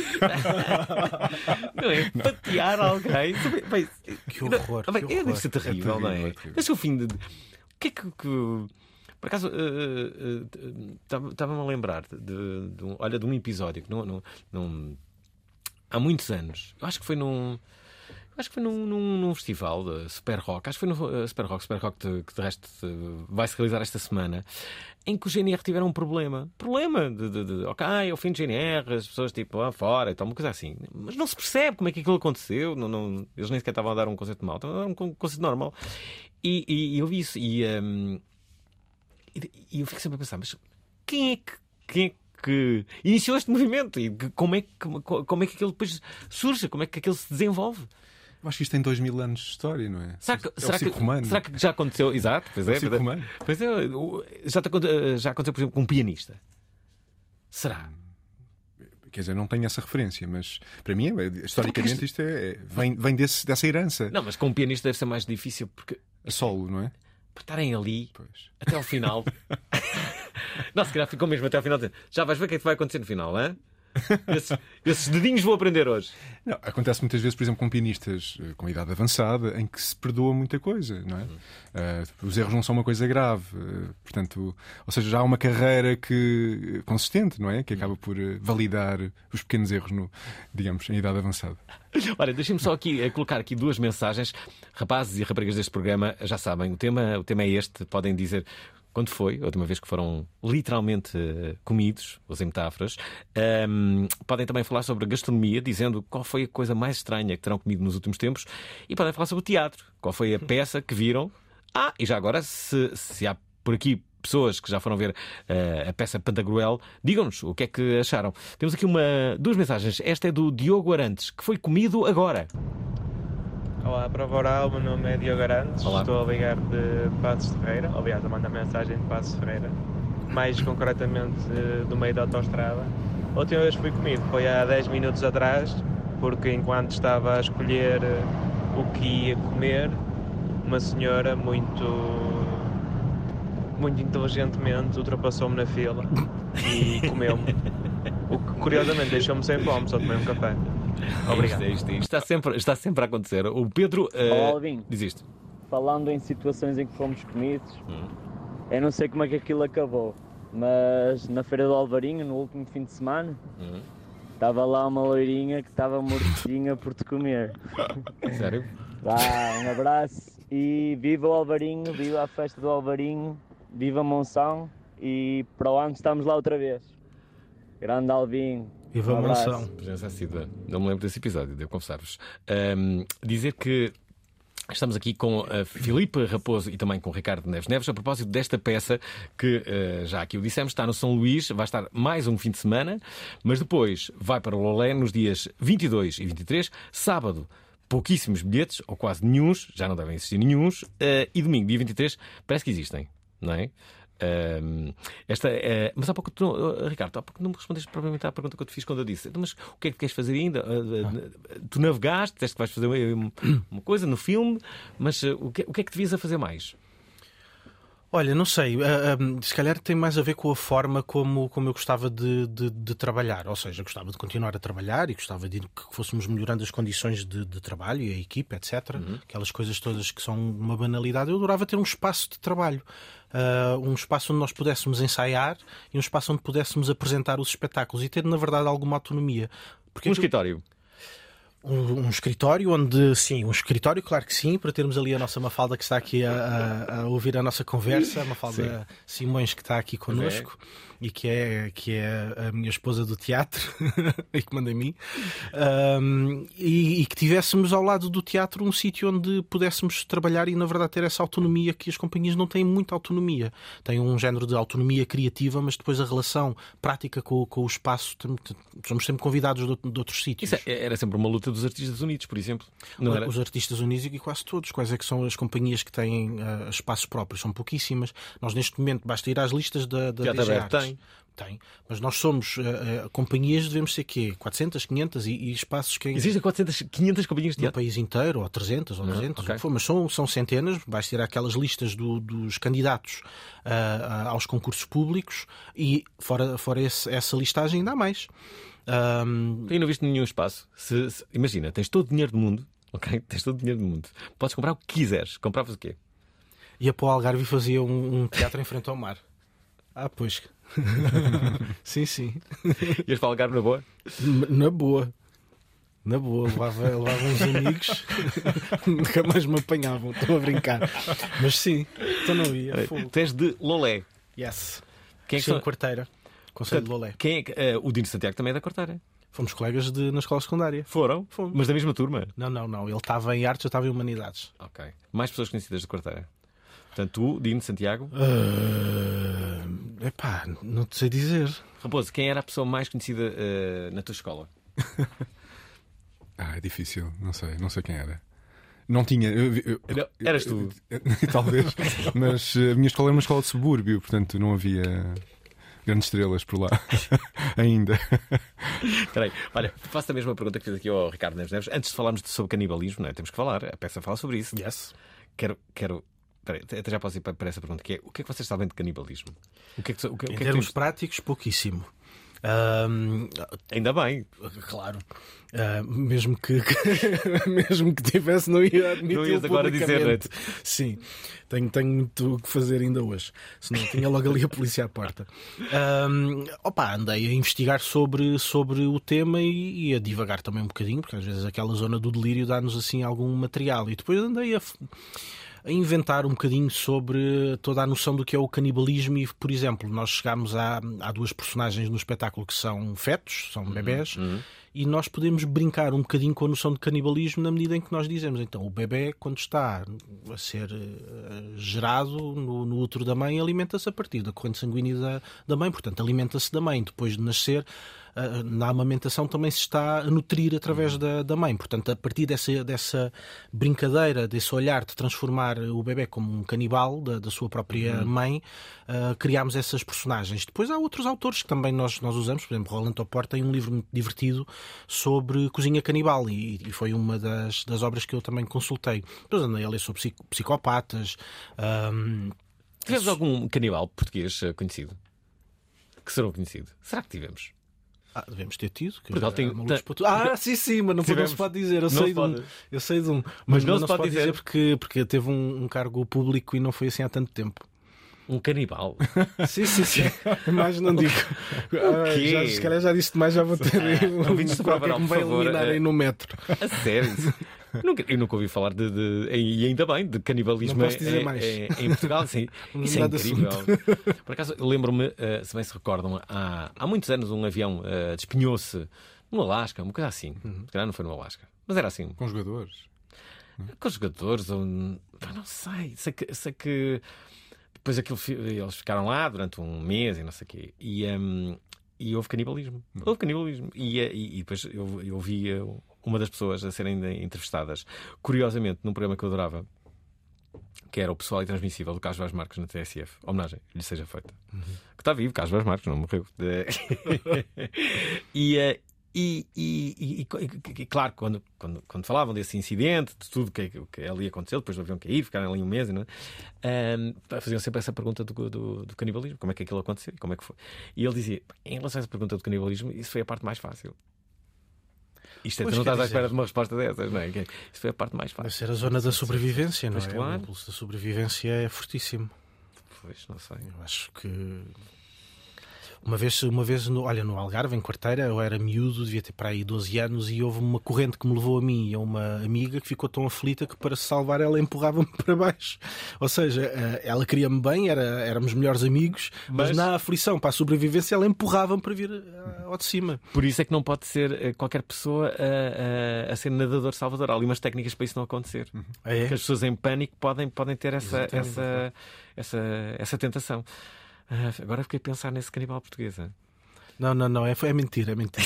Não é? Patear alguém. Bem, Que horror. Bem, que é, horror. deve ser terrível, É terrível, não é é? terrível. Esse é o fim de. O que é que. que... Por acaso, estava-me a lembrar de, de, um, olha, de um episódio que não, não, não, há muitos anos. Eu acho que foi num. Acho que foi num, num, num festival de Super Rock. Acho que foi no uh, Super Rock, Super Rock de, que de resto uh, vai-se realizar esta semana, em que o G N R tiveram um problema. Problema de, de, de ok, é o fim do G N R, as pessoas tipo lá fora e tal, uma coisa assim. Mas não se percebe como é que aquilo aconteceu. Não, não, eles nem sequer estavam a dar um concerto mal, estavam a dar um concerto normal. E, e, e eu vi isso e, um, e, e eu fico sempre a pensar, mas quem é que. Quem é que que iniciou este movimento e como é que, como é que aquilo depois surge, como é que aquilo se desenvolve? Eu acho que isto tem dois mil anos de história, não é? Será que, é será, o circo romano. que, será que já aconteceu? Exato, pois é. É o circo romano. Pois é, já, te, já aconteceu, por exemplo, com um pianista. Será? Quer dizer, não tenho essa referência, mas para mim, historicamente, isto é, vem, vem desse, dessa herança. Não, mas com um pianista deve ser mais difícil porque. A solo, não é? Para estarem ali Pois. até ao final. Não, se calhar ficou mesmo até ao final. Já vais ver o que é que vai acontecer no final, hein? Esses, esses dedinhos vou aprender hoje. Não, acontece muitas vezes, por exemplo, com pianistas com idade avançada, em que se perdoa muita coisa, não é? Uhum. Uh, os erros não são uma coisa grave, uh, portanto, ou seja, já há uma carreira que consistente, não é? Que acaba por uh, validar os pequenos erros, no, digamos, em idade avançada. Olha, deixem-me só aqui uh, colocar aqui duas mensagens. Rapazes e raparigas deste programa já sabem, o tema, o tema é este, podem dizer. Quando foi, a última vez que foram literalmente uh, comidos, usem metáforas. Um, podem também falar sobre a gastronomia, dizendo qual foi a coisa mais estranha que terão comido nos últimos tempos. E podem falar sobre o teatro, qual foi a peça que viram. Ah, e já agora, se, se há por aqui pessoas que já foram ver uh, a peça Pantagruel, digam-nos o que é que acharam. Temos aqui uma, duas mensagens. Esta é do Diogo Arantes, que foi comido agora. Olá, Prova Oral, meu nome é Diogo Arantes, Olá. Estou a ligar de Passos de Ferreira, aliás, a mandar mensagem de Passos de Ferreira, mais concretamente do meio da autoestrada. A última vez que fui comido foi há dez minutos atrás, porque enquanto estava a escolher o que ia comer, uma senhora muito, muito inteligentemente ultrapassou-me na fila e comeu-me, o que curiosamente deixou-me sem fome, só tomei um café. Obrigado. Isto, isto, isto está, sempre, está sempre a acontecer. O Pedro uh, Olá, Alvin. diz isto. Falando em situações em que fomos comidos, Hum. eu não sei como é que aquilo acabou, mas na Feira do Alvarinho, no último fim de semana, Hum. estava lá uma loirinha que estava mortinha por te comer. Sério? Vá, um abraço e viva o Alvarinho, viva a festa do Alvarinho, viva Monção e para o ano estamos lá outra vez. Grande Alvin. Viva a Monção. Presença assídua. Não me lembro desse episódio, devo confessar-vos. Um, dizer que estamos aqui com a Filipe Raposo e também com o Ricardo Neves Neves a propósito desta peça que, uh, já aqui o dissemos, está no São Luís, vai estar mais um fim de semana, mas depois vai para o Lolé nos dias vinte e dois e vinte e três, sábado pouquíssimos bilhetes, ou quase nenhuns, já não devem existir nenhuns, uh, e domingo, dia vinte e três, parece que existem, não é? Uh, esta, uh, mas há pouco tu, uh, Ricardo, há pouco não me respondeste propriamente à pergunta que eu te fiz quando eu disse, então, mas o que é que queres fazer ainda? Uh, uh, tu navegaste, disseste que vais fazer uma, uma coisa no filme, mas uh, o, que, o que é que devias a fazer mais? Olha, não sei, uh, um, se calhar tem mais a ver com a forma como, como eu gostava de, de, de trabalhar, ou seja, gostava de continuar a trabalhar e gostava de que fôssemos melhorando as condições de, de trabalho e a equipa, etcétera. Uhum. Aquelas coisas todas que são uma banalidade. Eu adorava ter um espaço de trabalho, uh, um espaço onde nós pudéssemos ensaiar e um espaço onde pudéssemos apresentar os espetáculos e ter, na verdade, alguma autonomia. Porque um escritório? Um, um escritório onde, sim, um escritório, claro que sim, para termos ali a nossa Mafalda que está aqui a, a, a ouvir a nossa conversa, a Mafalda sim. Simões que está aqui connosco. e que é, que é a minha esposa do teatro e que manda em mim, um, e, e que tivéssemos ao lado do teatro um sítio onde pudéssemos trabalhar e, na verdade, ter essa autonomia que as companhias não têm muita autonomia. Têm um género de autonomia criativa, mas depois a relação prática com, com o espaço, somos sempre convidados de, de outros sítios. Isso era sempre uma luta dos Artistas Unidos, por exemplo. Não era? Os Artistas Unidos e quase todos. Quais é que são as companhias que têm uh, espaços próprios? São pouquíssimas. Nós, neste momento, basta ir às listas da, da D G Artes. Tem. Tem. Mas nós somos uh, uh, companhias, devemos ser quê? quatrocentas, quinhentas e, e espaços que... Existem quatrocentas, quinhentas companhias de teatro? No país inteiro, ou trezentas, ou duzentas, okay. Mas são, são centenas. Basta ir àquelas listas do, dos candidatos uh, uh, aos concursos públicos e fora, fora esse, essa listagem ainda há mais. Um... Eu não viste nenhum espaço. Se, se, imagina, tens todo o dinheiro do mundo, ok? Tens todo o dinheiro do mundo. Podes comprar o que quiseres. Compravas o quê? Ia para o Algarve e fazia um, um teatro em frente ao mar. Ah, pois. Sim, sim. Ias para o Algarve na boa? Na boa. Na boa. Levava, levava uns amigos. Nunca mais me apanhavam. Estou a brincar. Mas sim, então não ia. Tu és de Lolé. Yes. Quem é que são? são? Quarteira. Conselho de Lolé. Quem é que, uh, o Dino Santiago também é da Quarteira. Fomos colegas de, na escola secundária. Foram? Fomos. Mas da mesma turma? Não, não, não. Ele estava em artes, eu estava em humanidades. Ok. Mais pessoas conhecidas da Quarteira? Portanto, tu, Dino Santiago? Uh... Epá, não te sei dizer. Raposo, quem era a pessoa mais conhecida uh, na tua escola? Ah, é difícil. Não sei. Não sei quem era. Não tinha. Eu, eu, não, eras tu? Talvez. Mas a minha escola era uma escola de subúrbio, portanto não havia grandes estrelas por lá ainda. Espera aí, olha, faço a mesma pergunta que fiz aqui ao Ricardo Neves Neves. Antes de falarmos sobre canibalismo, não é? Temos que falar, a peça fala sobre isso. Yes. Quero. quero... Peraí, até já posso ir para essa pergunta, que é: o que é que vocês sabem de canibalismo? O que é que, o que, em o que termos é que práticos, pouquíssimo. Um, Ainda bem. Claro. Uh, mesmo que, que mesmo que tivesse, não ia admitir. Não ias agora dizer, não é? Sim, tenho, tenho muito o que fazer ainda hoje. Senão tinha logo ali a polícia à porta. Um, opa, andei a investigar sobre, sobre o tema e, e a divagar também um bocadinho, porque às vezes aquela zona do delírio dá-nos assim algum material. E depois andei a. a inventar um bocadinho sobre toda a noção do que é o canibalismo e, por exemplo, nós chegámos a, há duas personagens no espetáculo que são fetos, são bebés, uhum. E nós podemos brincar um bocadinho com a noção de canibalismo na medida em que nós dizemos, então, o bebé, quando está a ser uh, gerado no, no útero da mãe, alimenta-se a partir da corrente sanguínea da, da mãe, portanto, alimenta-se da mãe. Depois de nascer, uh, na amamentação também se está a nutrir através da, da mãe. Portanto, a partir dessa, dessa brincadeira, desse olhar de transformar o bebé como um canibal da, da sua própria uhum. mãe, uh, criámos essas personagens. Depois há outros autores que também nós, nós usamos, por exemplo, Roland Topor tem um livro muito divertido sobre cozinha canibal e, e foi uma das, das obras que eu também consultei. Depois andei a ler sobre psico, psicopatas. Um... Tivemos algum canibal português conhecido? Que será conhecido? Será que tivemos? Ah, devemos ter tido. Que Porque tem... Ah, sim, sim, mas não, não se pode dizer. Eu não sei, de um, eu sei de um. Mas, mas não, não se pode, pode dizer, dizer porque, porque teve um, um cargo público e não foi assim há tanto tempo. Um canibal? Sim, sim, sim. Mas não digo. Ah, já, se calhar já disse demais, já vou ter ah, um qualquer que me vai eliminar aí no metro. A sério? Nunca, eu nunca ouvi falar de, de. E ainda bem, de canibalismo em, em, em Portugal. Sim, isso é incrível. Por acaso, eu lembro-me, uh, se bem se recordam, há, há muitos anos um avião uh, despenhou-se no Alasca, uma coisa assim. Uhum. Se calhar não foi no Alasca, mas era assim. Com jogadores? Com jogadores, ou. Não sei. Sei que. Sei que depois aquilo, eles ficaram lá durante um mês e não sei o quê. E, um, e houve canibalismo. Uhum. Houve canibalismo. E, e, e depois eu, eu vi uma das pessoas a serem entrevistadas, curiosamente, num programa que eu adorava, que era o Pessoal Intransmissível do Carlos Vaz Marques na T S F. Homenagem, lhe seja feita. Uhum. Que está vivo, Carlos Vaz Marques, não morreu. e, e, e, e, e, e claro, quando, quando, quando falavam desse incidente, de tudo que, que ali aconteceu, depois do avião cair, ficaram ali um mês, não é? um, faziam sempre essa pergunta do, do, do canibalismo: como é que aquilo aconteceu? Como é que foi? E ele dizia, em relação a essa pergunta do canibalismo, isso foi a parte mais fácil. Isto é, tu não estás à espera de uma resposta dessas, não é? Isso foi a parte mais fácil. Vai ser a zona da sobrevivência, não pois é? Claro. O impulso da sobrevivência é fortíssimo. Pois, não sei. Eu acho que Uma vez, uma vez no, olha, no Algarve, em Quarteira, eu era miúdo, devia ter para aí doze anos, e houve uma corrente que me levou a mim e a uma amiga que ficou tão aflita que, para se salvar, ela empurrava-me para baixo. Ou seja, ela queria-me bem, era, éramos melhores amigos, mas... mas na aflição para a sobrevivência ela empurrava-me para vir ao de cima. Por isso é que não pode ser qualquer pessoa a, a, a ser nadador salvador. Há ali umas técnicas para isso não acontecer. Uhum. É? Que as pessoas em pânico podem, podem ter essa, essa, essa, essa tentação. Ah, agora fiquei a pensar nesse canibal português. Hein? Não, não, não, é, é mentira, é mentira.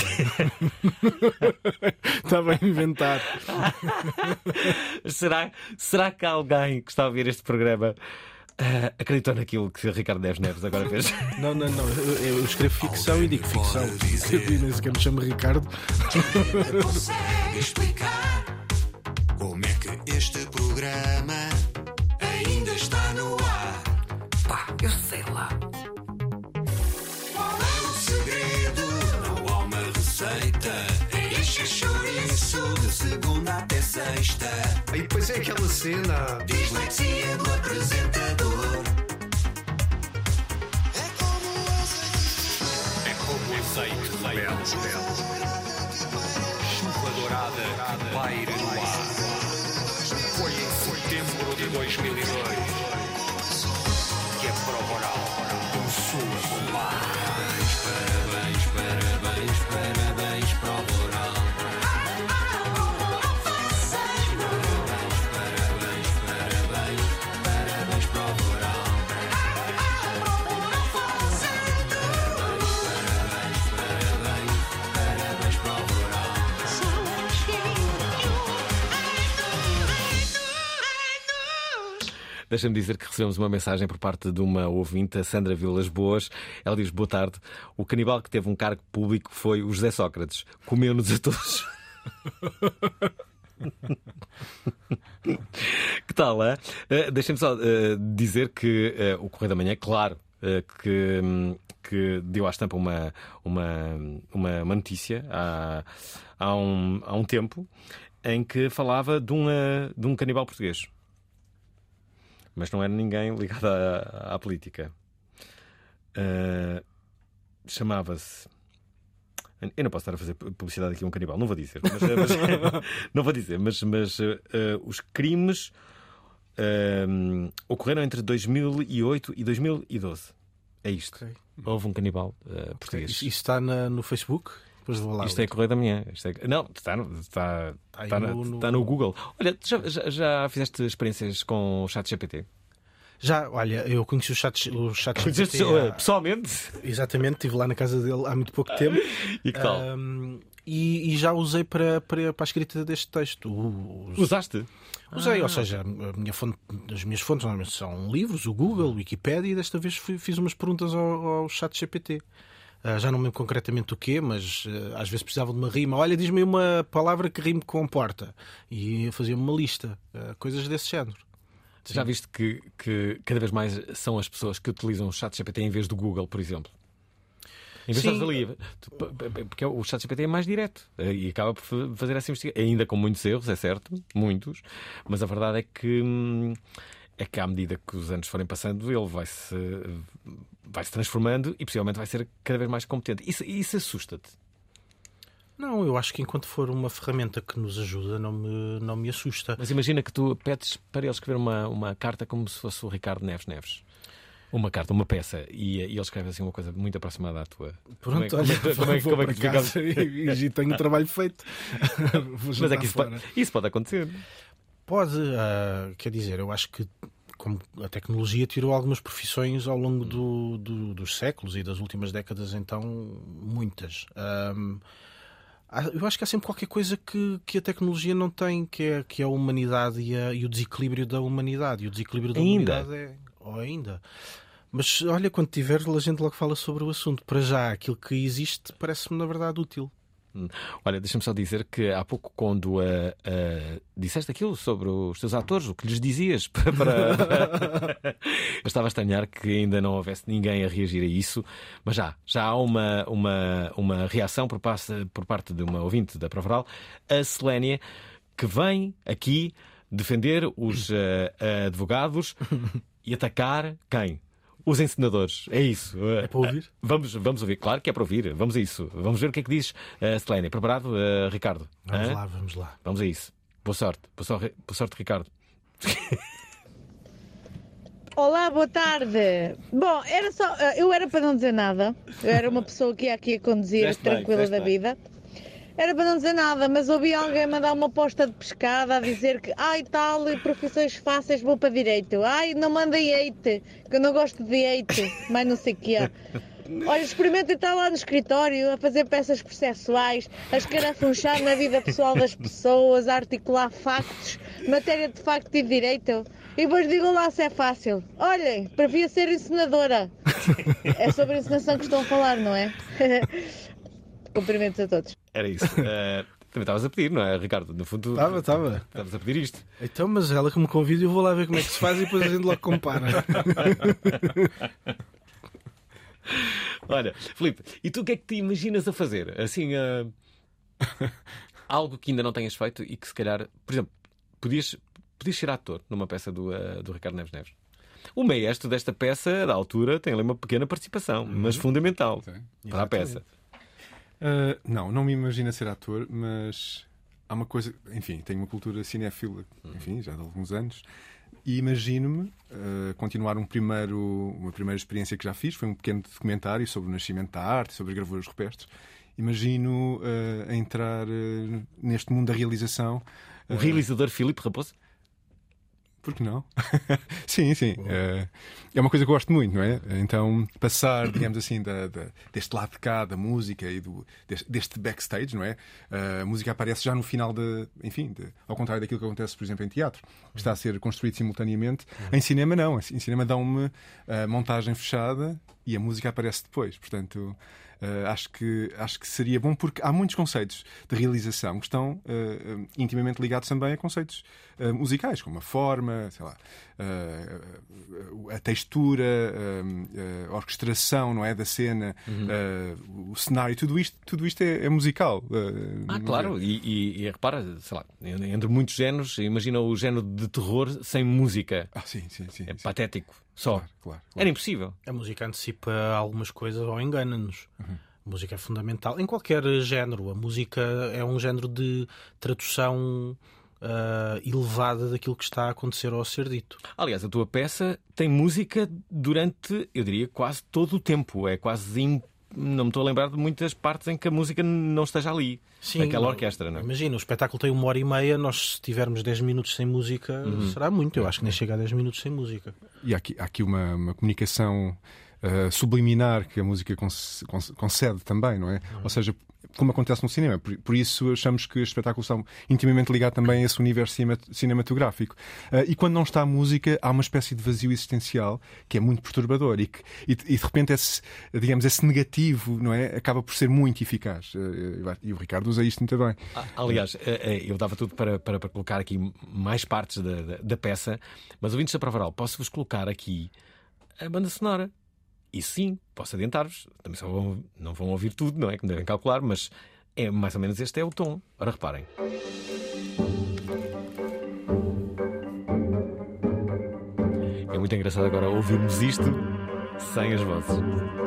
Estava a inventar. será, será que alguém que está a ouvir este programa uh, acreditou naquilo que o Ricardo Neves Neves agora fez? Não, não, não. Eu, eu escrevo ficção e digo ficção. Eu nem sequer me chamo Ricardo. Consegue explicar como é que este programa ainda está no ar? Pá, eu sei lá. Qual é o segredo? Não há uma receita. É encher chouriço de segunda até sexta. E depois é aquela cena. Dislexia do apresentador. É como o azeite. É como o azeite de belos belos. Chuva dourada que paira no ar. Foi em setembro de dois mil e dois. Que é prova oral do Sul Polar. Parabéns, parabéns, parabéns, prova oral. Parabéns, parabéns, parabéns, prova oral. Parabéns, parabéns, parabéns, prova oral. Deixa-me dizer que recebemos uma mensagem por parte de uma ouvinte, a Sandra Vilas Boas. Ela diz: boa tarde. O canibal que teve um cargo público foi o José Sócrates. Comeu-nos a todos. Que tal, é? Uh, Deixem-me só uh, dizer que uh, o Correio da Manhã, claro, uh, que, um, que deu à estampa uma, uma, uma, uma notícia há, há, um, há um tempo em que falava de, uma, de um canibal português. Mas não era ninguém ligado à, à política. Uh, chamava-se... Eu não posso estar a fazer publicidade aqui a um canibal, não vou dizer. Mas, mas, não vou dizer, mas, mas uh, os crimes uh, ocorreram entre dois mil e oito e dois mil e doze. É isto. Okay. Houve um canibal uh, português. Isso está na, no Facebook? Depois vou lá. Isto é Correio da Manhã. Isto é... Não, está no, está, está, está, no, na, está no Google. Olha, já, já, já fizeste experiências com o Chat G P T? Já, olha, eu conheci o Chat, o chat G P T há... pessoalmente? Exatamente, estive lá na casa dele há muito pouco tempo. E que tal? Um, e, e já usei para, para, para a escrita deste texto. Us... Usaste? Usei, ah. ou seja, a minha fonte, as minhas fontes normalmente são livros, o Google, o Wikipedia, e desta vez fui, fiz umas perguntas ao, ao Chat G P T. Uh, já não me lembro concretamente o quê, mas uh, às vezes precisava de uma rima. Olha, diz-me uma palavra que rime com porta. E eu fazia uma lista, uh, coisas desse género. Já viste que, que cada vez mais são as pessoas que utilizam o Chat G P T em vez do Google, por exemplo? Em vez de estar ali, porque o Chat G P T é mais direto e acaba por fazer essa investigação, ainda com muitos erros, é certo, muitos, mas a verdade é que é que à medida que os anos forem passando, ele vai-se vai -se transformando e possivelmente vai ser cada vez mais competente. Isso, isso assusta-te? Não, eu acho que enquanto for uma ferramenta que nos ajuda, não me, não me assusta. Mas imagina que tu pedes para ele escrever uma, uma carta como se fosse o Ricardo Neves Neves. Uma carta, uma peça, e, e ele escreve assim uma coisa muito aproximada à tua. Pronto, olha, como é, como é, como é que casa e, e tenho o trabalho feito. Mas é que isso pode, isso pode acontecer. Pode, uh, quer dizer, eu acho que como a tecnologia tirou algumas profissões ao longo do, do, dos séculos e das últimas décadas, então muitas. Um, eu acho que há sempre qualquer coisa que, que a tecnologia não tem, que é, que é a humanidade e, a, e o desequilíbrio da humanidade. E o desequilíbrio da ainda? humanidade é... Ou ainda. Mas olha, quando tiver, a gente logo fala sobre o assunto. Para já, aquilo que existe parece-me, na verdade, útil. Olha, deixa-me só dizer que há pouco, quando uh, uh, disseste aquilo sobre os teus atores, o que lhes dizias para... para... Eu estava a estranhar que ainda não houvesse ninguém a reagir a isso, mas já, já há uma, uma, uma reação por parte, por parte de uma ouvinte da Provaral, a Selénia, que vem aqui defender os uh, advogados e atacar quem? Os encenadores, é isso. É para ouvir? Vamos, vamos ouvir, claro que é para ouvir. Vamos a isso. Vamos ver o que é que diz a Selene. Preparado, uh, Ricardo? Vamos Hã? lá, vamos lá. Vamos a isso. Boa sorte. Boa sorte, boa sorte Ricardo. Olá, boa tarde. Bom, era só, eu era para não dizer nada. Eu era uma pessoa que ia aqui a conduzir Fizeste bem, tranquila fizeste da bem. vida. Era para não dizer nada, mas ouvi alguém mandar uma posta de pescada a dizer que ai tal, profissões fáceis vou para direito. Ai, não mandem hate, que eu não gosto de hate, mas não sei o que é. Olha, experimentem estar lá no escritório a fazer peças processuais, a escarafunchar na vida pessoal das pessoas, a articular factos, matéria de facto e de direito. E depois digam lá se é fácil. Olhem, prefiro ser encenadora. É sobre a encenação que estão a falar, não é? Cumprimentos a todos. Era isso. Uh, também estavas a pedir, não é, Ricardo? No fundo, Estava, estava. Estavas a pedir isto. Então, mas ela que me convida, eu vou lá ver como é que se faz e depois a gente logo compara. Olha, Filipe, e tu o que é que te imaginas a fazer? Assim, uh, algo que ainda não tenhas feito e que se calhar, por exemplo, podias, podias ser ator numa peça do, uh, do Ricardo Neves Neves. O maestro desta peça, da altura, tem ali uma pequena participação, uhum. mas fundamental Sim, para a peça. Uh, não, não me imagino a ser ator, mas há uma coisa, enfim, tenho uma cultura cinéfila, enfim, já de alguns anos, e imagino-me uh, continuar um primeiro, uma primeira experiência que já fiz, foi um pequeno documentário sobre o nascimento da arte, sobre as gravuras rupestres. Imagino uh, a entrar uh, neste mundo da realização. O realizador Filipe Raposo? Por que não? Sim, sim. Uh, é uma coisa que eu gosto muito, não é? Então, passar, digamos assim, da, da, deste lado de cá, da música e do, deste, deste backstage, não é? Uh, a música aparece já no final de. Enfim, de, ao contrário daquilo que acontece, por exemplo, em teatro, que está a ser construído simultaneamente. Em cinema, não. Em cinema dão-me a montagem fechada e a música aparece depois. Portanto. Uh, acho, que, acho que seria bom porque há muitos conceitos de realização que estão uh, intimamente ligados também a conceitos uh, musicais, como a forma, sei lá, uh, a textura, uh, a orquestração, não é, da cena, uhum. uh, o cenário, tudo isto, tudo isto é, é musical. Uh, ah, claro, e, e, e repara, sei lá, entre muitos géneros, imagina o género de terror sem música. Ah, sim, sim, sim. É sim. patético. Só. Claro, claro, claro. Era impossível. A música antecipa algumas coisas ou engana-nos. Uhum. A música é fundamental. Em qualquer género. A música é um género de tradução uh, elevada daquilo que está a acontecer ou a ser dito. Aliás, a tua peça tem música durante, eu diria, quase todo o tempo. É quase impossível. Não me estou a lembrar de muitas partes em que a música não esteja ali. Sim, aquela orquestra, não é? Imagina, o espetáculo tem uma hora e meia, nós se tivermos dez minutos sem música, uhum. será muito. Eu acho que nem chega a dez minutos sem música. E há aqui, há aqui uma, uma comunicação uh, subliminar que a música concede também, não é? Uhum. Ou seja, como acontece no cinema. Por, por isso achamos que os espetáculos são intimamente ligados também a esse universo cinematográfico. Uh, e quando não está a música, há uma espécie de vazio existencial que é muito perturbador e que e, e de repente esse, digamos, esse negativo, não é, acaba por ser muito eficaz. Uh, e o Ricardo usa isto muito bem. Ah, aliás, eu dava tudo para, para, para colocar aqui mais partes da, da, da peça, mas ouvintes da Prova Oral, posso-vos colocar aqui a banda sonora. E sim, posso adiantar-vos, também só vão, não vão ouvir tudo, não é? Como devem calcular, mas é mais ou menos este é o tom. Ora, reparem. É muito engraçado agora ouvirmos isto sem as vozes.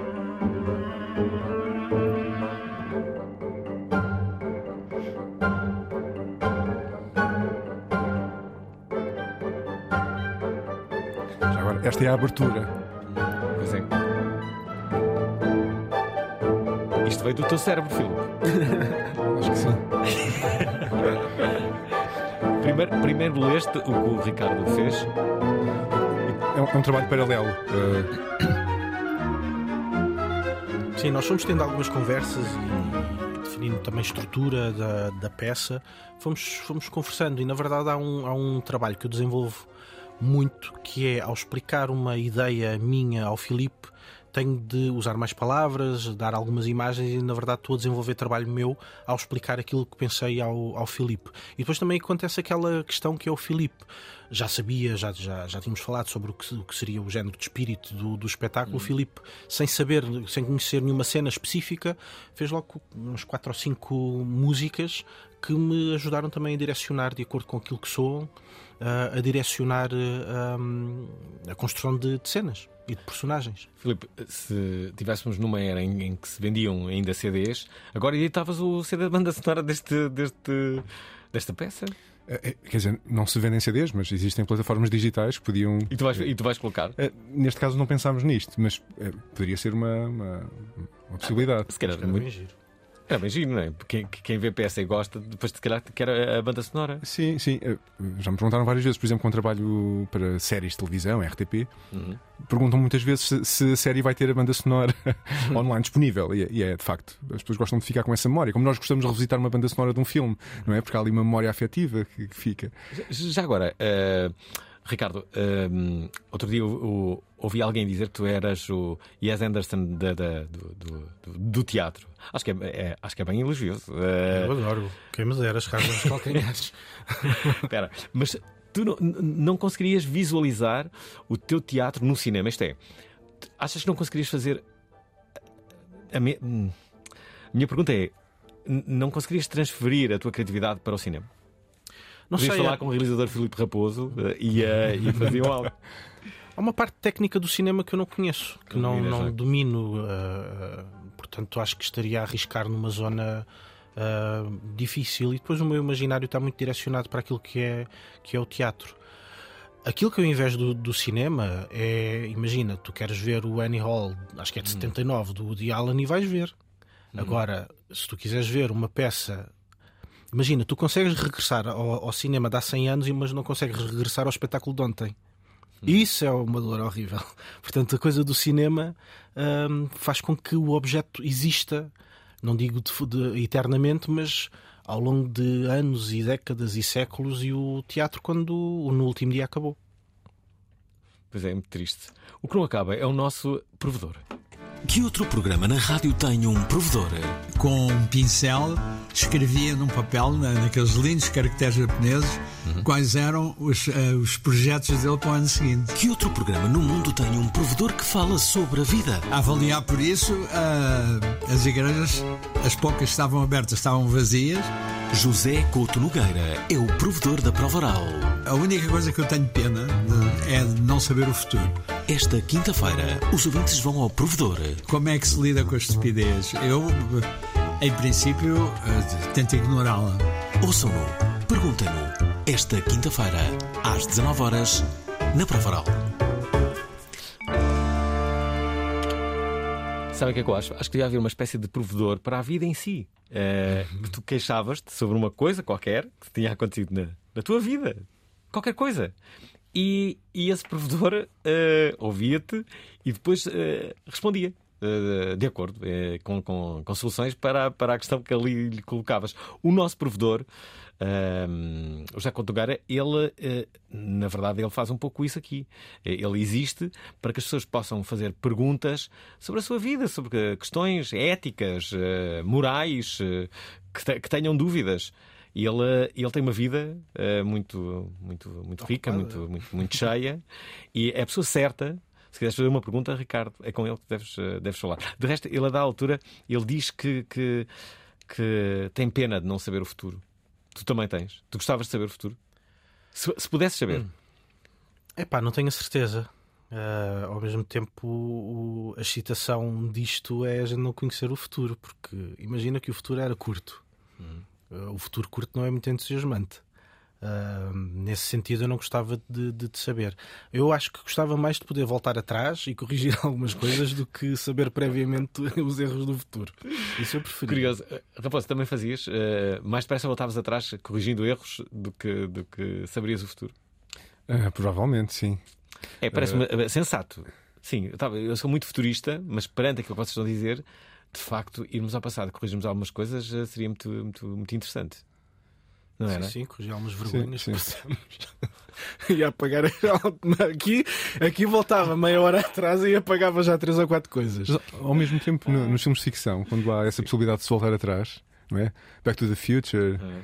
Já agora, esta é a abertura. Pois é. Isto veio do teu cérebro, Filipe. Acho que sim. primeiro, primeiro leste o que o Ricardo fez. É um, é um trabalho paralelo. Uh... Sim, nós fomos tendo algumas conversas e definindo também a estrutura da, da peça. Fomos, fomos conversando e, na verdade, há um, há um trabalho que eu desenvolvo muito, que é, ao explicar uma ideia minha ao Filipe, tenho de usar mais palavras, dar algumas imagens e, na verdade, estou a desenvolver trabalho meu ao explicar aquilo que pensei ao, ao Filipe. E depois também acontece aquela questão que é o Filipe. já sabia, já, já, já tínhamos falado sobre o que, o que seria o género de espírito do, do espetáculo. O Filipe, sem saber, sem conhecer nenhuma cena específica, fez logo uns quatro ou cinco músicas que me ajudaram também a direcionar, de acordo com aquilo que soam, a direcionar a, a construção de, de cenas e de personagens. Filipe, se tivéssemos numa era em, em que se vendiam ainda C Ds, agora editavas o C D da banda sonora deste, deste, desta peça? Quer dizer, não se vendem C Ds, mas existem plataformas digitais que podiam... E tu vais, e tu vais colocar? Neste caso não pensámos nisto, mas poderia ser uma, uma, uma possibilidade. Se calhar era muito giro. Era bem giro, não é? Quem, quem vê peça e gosta, depois se calhar quer a banda sonora. Sim, sim. Já me perguntaram várias vezes, por exemplo, quando trabalho para séries de televisão, R T P, uhum. perguntam muitas vezes se, se a série vai ter a banda sonora online disponível. E é, e é, de facto, as pessoas gostam de ficar com essa memória. Como nós gostamos de revisitar uma banda sonora de um filme, não é? Porque há ali uma memória afetiva que, que fica. Já agora, uh, Ricardo, uh, outro dia o, o, ouvi alguém dizer que tu eras o Ian Anderson da, da, do, do, do teatro. Acho que é, é, acho que é bem elogioso. Uh... Eu adoro. Quem me dera, as casas dos calcanhares. Espera, mas tu não, não conseguirias visualizar o teu teatro no cinema? Isto é, achas que não conseguirias fazer... A me... minha pergunta é, não conseguirias transferir a tua criatividade para o cinema? Não Podias sei, falar é... com o realizador Filipe Raposo uh, e, uh, e faziam algo. Há uma parte técnica do cinema que eu não conheço, que não, não, não domino, uh, portanto acho que estaria a arriscar numa zona uh, difícil, e depois o meu imaginário está muito direcionado para aquilo que é, que é o teatro. Aquilo que eu invejo do, do cinema é, imagina, tu queres ver o Annie Hall, acho que é de hum. setenta e nove, do Woody Allen, e vais ver. Hum. Agora, se tu quiseres ver uma peça... Imagina, tu consegues regressar ao, ao cinema de há cem anos, mas não consegues regressar ao espetáculo de ontem. Isso é uma dor horrível. Portanto, a coisa do cinema hum, faz com que o objeto exista, não digo de, de, eternamente, mas ao longo de anos e décadas e séculos, e o teatro, quando no último dia acabou. Pois é, é muito triste. O que não acaba é o nosso provedor. Que outro programa na rádio tem um provedor? Com um pincel, escrevia num papel, naqueles lindos caracteres japoneses, uhum. quais eram os, uh, os projetos dele para o ano seguinte. Que outro programa no mundo tem um provedor que fala sobre a vida? A avaliar por isso, uh, as igrejas, as poucas estavam abertas, estavam vazias. José Couto Nogueira é o provedor da prova oral. A única coisa que eu tenho pena de, é de não saber o futuro. Esta quinta-feira, os ouvintes vão ao provedor. Como é que se lida com a estupidez? Eu, em princípio, tento ignorá-la. Ouçam-no, perguntem-no. Esta quinta-feira, às dezanove horas, na prova oral. Sabe o que é que eu acho? Acho que devia haver uma espécie de provedor para a vida em si. Uh, que tu queixavas-te sobre uma coisa qualquer que tinha acontecido na, na tua vida. Qualquer coisa. E, e esse provedor uh, ouvia-te e depois uh, respondia uh, de acordo uh, com, com, com soluções para, para a questão que ali lhe colocavas. O nosso provedor, uh, o José Couto Nogueira, ele, uh, na verdade, ele faz um pouco isso aqui. Ele existe para que as pessoas possam fazer perguntas sobre a sua vida, sobre questões éticas, uh, morais, uh, que, te, que tenham dúvidas. E ele, ele tem uma vida uh, muito, muito, muito rica, muito, muito, muito cheia, e é a pessoa certa. Se quiseres fazer uma pergunta, Ricardo, é com ele que deves, uh, deves falar. De resto, ele, a da altura, ele diz que, que, que tem pena de não saber o futuro. Tu também tens. Tu gostavas de saber o futuro? Se, se pudesses saber. Hum. Epá, não tenho a certeza. Uh, ao mesmo tempo, o, a excitação disto é a gente não conhecer o futuro, porque imagina que o futuro era curto. Hum. O futuro curto não é muito entusiasmante. Uh, nesse sentido, eu não gostava de, de, de saber. Eu acho que gostava mais de poder voltar atrás e corrigir algumas coisas do que saber previamente os erros do futuro. Isso eu preferia. Curioso. Raposo, também fazias? Uh, mais depressa voltavas atrás corrigindo erros do que, do que saberias o futuro? Uh, provavelmente, sim. É, parece-me uh... sensato. Sim, eu sou muito futurista, mas perante aquilo que vocês estão a dizer, de facto, irmos ao passado, corrigirmos algumas coisas, seria muito, muito, muito interessante. Não sim, era? Sim, corrigir algumas vergonhas sim, que passamos. Ia apagar aqui, aqui voltava meia hora atrás e apagava já três ou quatro coisas. Ao mesmo tempo, no, nos filmes de ficção, quando há essa possibilidade de se voltar atrás, não é? Back to the Future,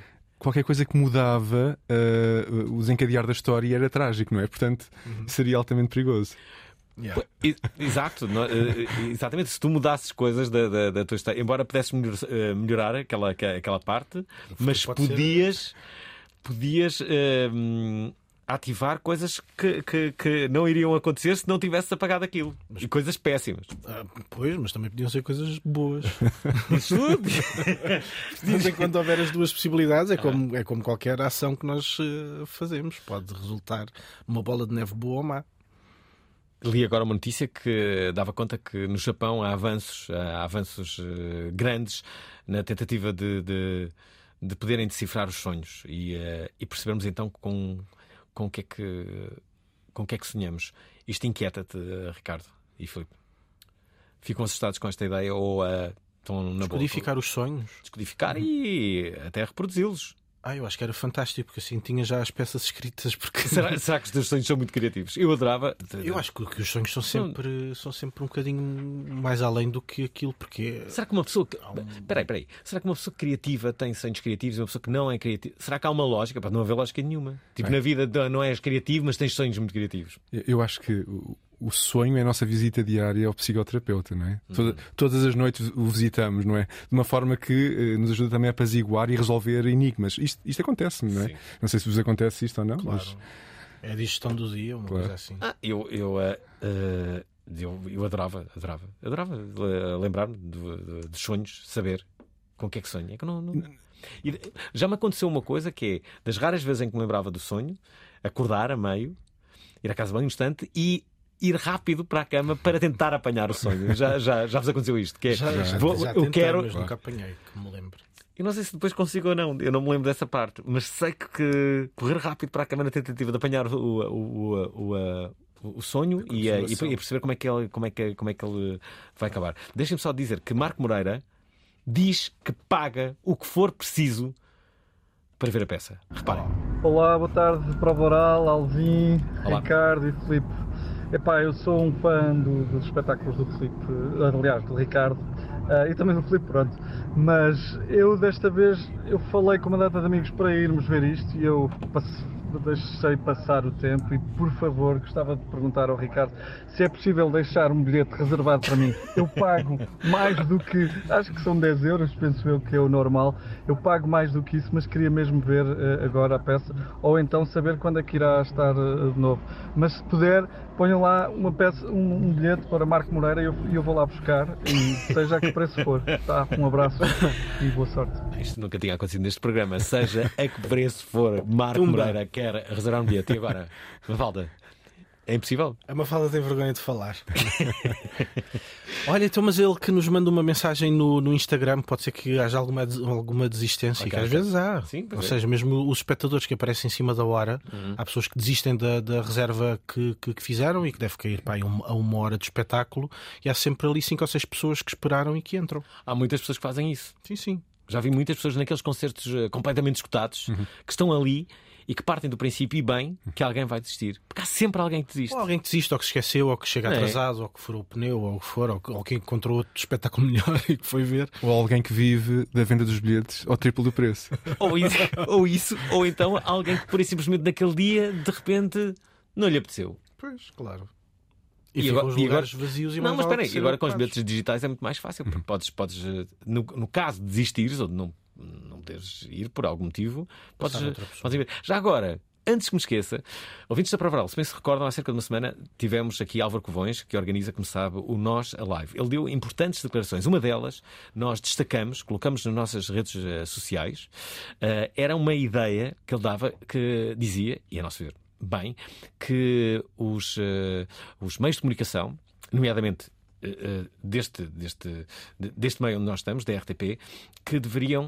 qualquer coisa que mudava uh, o desencadear da história era trágico, não é? Portanto, uhum. seria altamente perigoso. Yeah. Exato, não, exatamente. Se tu mudasses coisas da, da, da tua história, embora pudesses melhor, melhorar aquela, aquela parte, mas podias, ser... podias uh, ativar coisas que, que, que não iriam acontecer se não tivesses apagado aquilo. Mas... E coisas péssimas. Ah, pois, mas também podiam ser coisas boas. Isso tudo. Mas enquanto houver as duas possibilidades, é como, é como qualquer ação que nós uh, fazemos. Pode resultar numa bola de neve boa ou má. Li agora uma notícia que dava conta que no Japão há avanços, há avanços uh, grandes na tentativa de, de, de poderem decifrar os sonhos e, uh, e percebermos então com, com, o que é que, com o que é que sonhamos. Isto inquieta-te, uh, Ricardo e Filipe? Ficam assustados com esta ideia ou uh, estão na Descodificar boa? os sonhos? Descodificar e até reproduzi-los. Ah, eu acho que era fantástico, porque assim tinha já as peças escritas. Porque... Será, será que os teus sonhos são muito criativos? Eu adorava. Eu acho que, que os sonhos são sempre, são sempre um bocadinho mais além do que aquilo, porque. Será que uma pessoa. Que... Peraí, peraí. Será que uma pessoa criativa tem sonhos criativos e uma pessoa que não é criativa? Será que há uma lógica? Pode não haver lógica nenhuma. Tipo, é. Na vida não és criativo, mas tens sonhos muito criativos. Eu acho que o sonho é a nossa visita diária ao psicoterapeuta, não é? Uhum. Toda, todas as noites o visitamos, não é? De uma forma que uh, nos ajuda também a apaziguar e resolver enigmas. Isto, isto acontece-me, não é? Sim. Não sei se vos acontece isto ou não. Claro. Mas... É a digestão do dia, uma claro. Coisa assim. Ah, eu, eu, uh, uh, eu, eu adorava, adorava, adorava uh, lembrar-me dos sonhos, saber com o que é que sonho. É que não, não... E já me aconteceu uma coisa que é, das raras vezes em que me lembrava do sonho, acordar a meio, ir à casa bem um instante e ir rápido para a cama para tentar apanhar o sonho. Já, já, já vos aconteceu isto? Que é, já, já, vou, já eu tentei, quero. Mas nunca apanhei, que me lembro. Eu não sei se depois consigo ou não. Eu não me lembro dessa parte. Mas sei que, que correr rápido para a cama na tentativa de apanhar o, o, o, o, o, o sonho e, e, e perceber como é, que ele, como, é que, como é que ele vai acabar. Deixem-me só dizer que Marco Moreira diz que paga o que for preciso para ver a peça. Reparem. Olá, boa tarde, Prova Oral, Alvin, Olá. Ricardo e Filipe. Epá, eu sou um fã do, dos espetáculos do Filipe, aliás, do Ricardo uh, e também do Filipe, pronto. Mas eu desta vez eu falei com uma data de amigos para irmos ver isto e eu passe, deixei passar o tempo e, por favor, gostava de perguntar ao Ricardo se é possível deixar um bilhete reservado para mim. Eu pago mais do que, acho que são dez euros, penso eu que é o normal. Eu pago mais do que isso, mas queria mesmo ver uh, agora a peça ou então saber quando é que irá estar uh, de novo. Mas se puder, ponham lá uma peça, um, um bilhete para Marco Moreira e eu, eu vou lá buscar, e seja a que preço for. Tá, um abraço e boa sorte. Isto nunca tinha acontecido neste programa. Seja a que preço for, Marco Tumba. Moreira quer reservar um bilhete. E agora, Mafalda? É impossível? A Mafalda tem vergonha de falar. Olha, então, mas ele que nos manda uma mensagem no, no Instagram, pode ser que haja alguma, alguma desistência, okay, que às okay. vezes há. Sim, Ou é. seja, mesmo os espectadores que aparecem em cima da hora, uhum. há pessoas que desistem da, da reserva que, que, que fizeram e que deve cair pá, a uma hora de espetáculo, e há sempre ali cinco ou seis pessoas que esperaram e que entram. Há muitas pessoas que fazem isso. Sim, sim. Já vi muitas pessoas naqueles concertos completamente esgotados, uhum. que estão ali e que partem do princípio, e bem, que alguém vai desistir. Porque há sempre alguém que desiste. Ou alguém que desiste, ou que se esqueceu, ou que chega é. atrasado, ou que furou o pneu, ou o que for, ou que, ou que encontrou outro espetáculo melhor e que foi ver. Ou alguém que vive da venda dos bilhetes ao triplo do preço. ou, isso, ou isso, ou então alguém que, por aí simplesmente naquele dia, de repente, não lhe apeteceu. Pois, claro. E, e agora, os e lugares agora, vazios e não, mas espera aí, agora com os bilhetes bilhetes digitais é muito mais fácil, porque podes, podes no, no caso de desistires ou de não, não poderes ir por algum motivo, podes, podes ir. Já agora, antes que me esqueça, ouvintes da Prova Oral, se bem se recordam, há cerca de uma semana tivemos aqui Álvaro Covões, que organiza, como sabe, o Nós Alive. Ele deu importantes declarações. Uma delas, nós destacamos, colocamos nas nossas redes uh, sociais, uh, era uma ideia que ele dava, que dizia, e a nosso ver, bem, que os, uh, os meios de comunicação, nomeadamente uh, deste, deste, deste meio onde nós estamos, da R T P, que deveriam,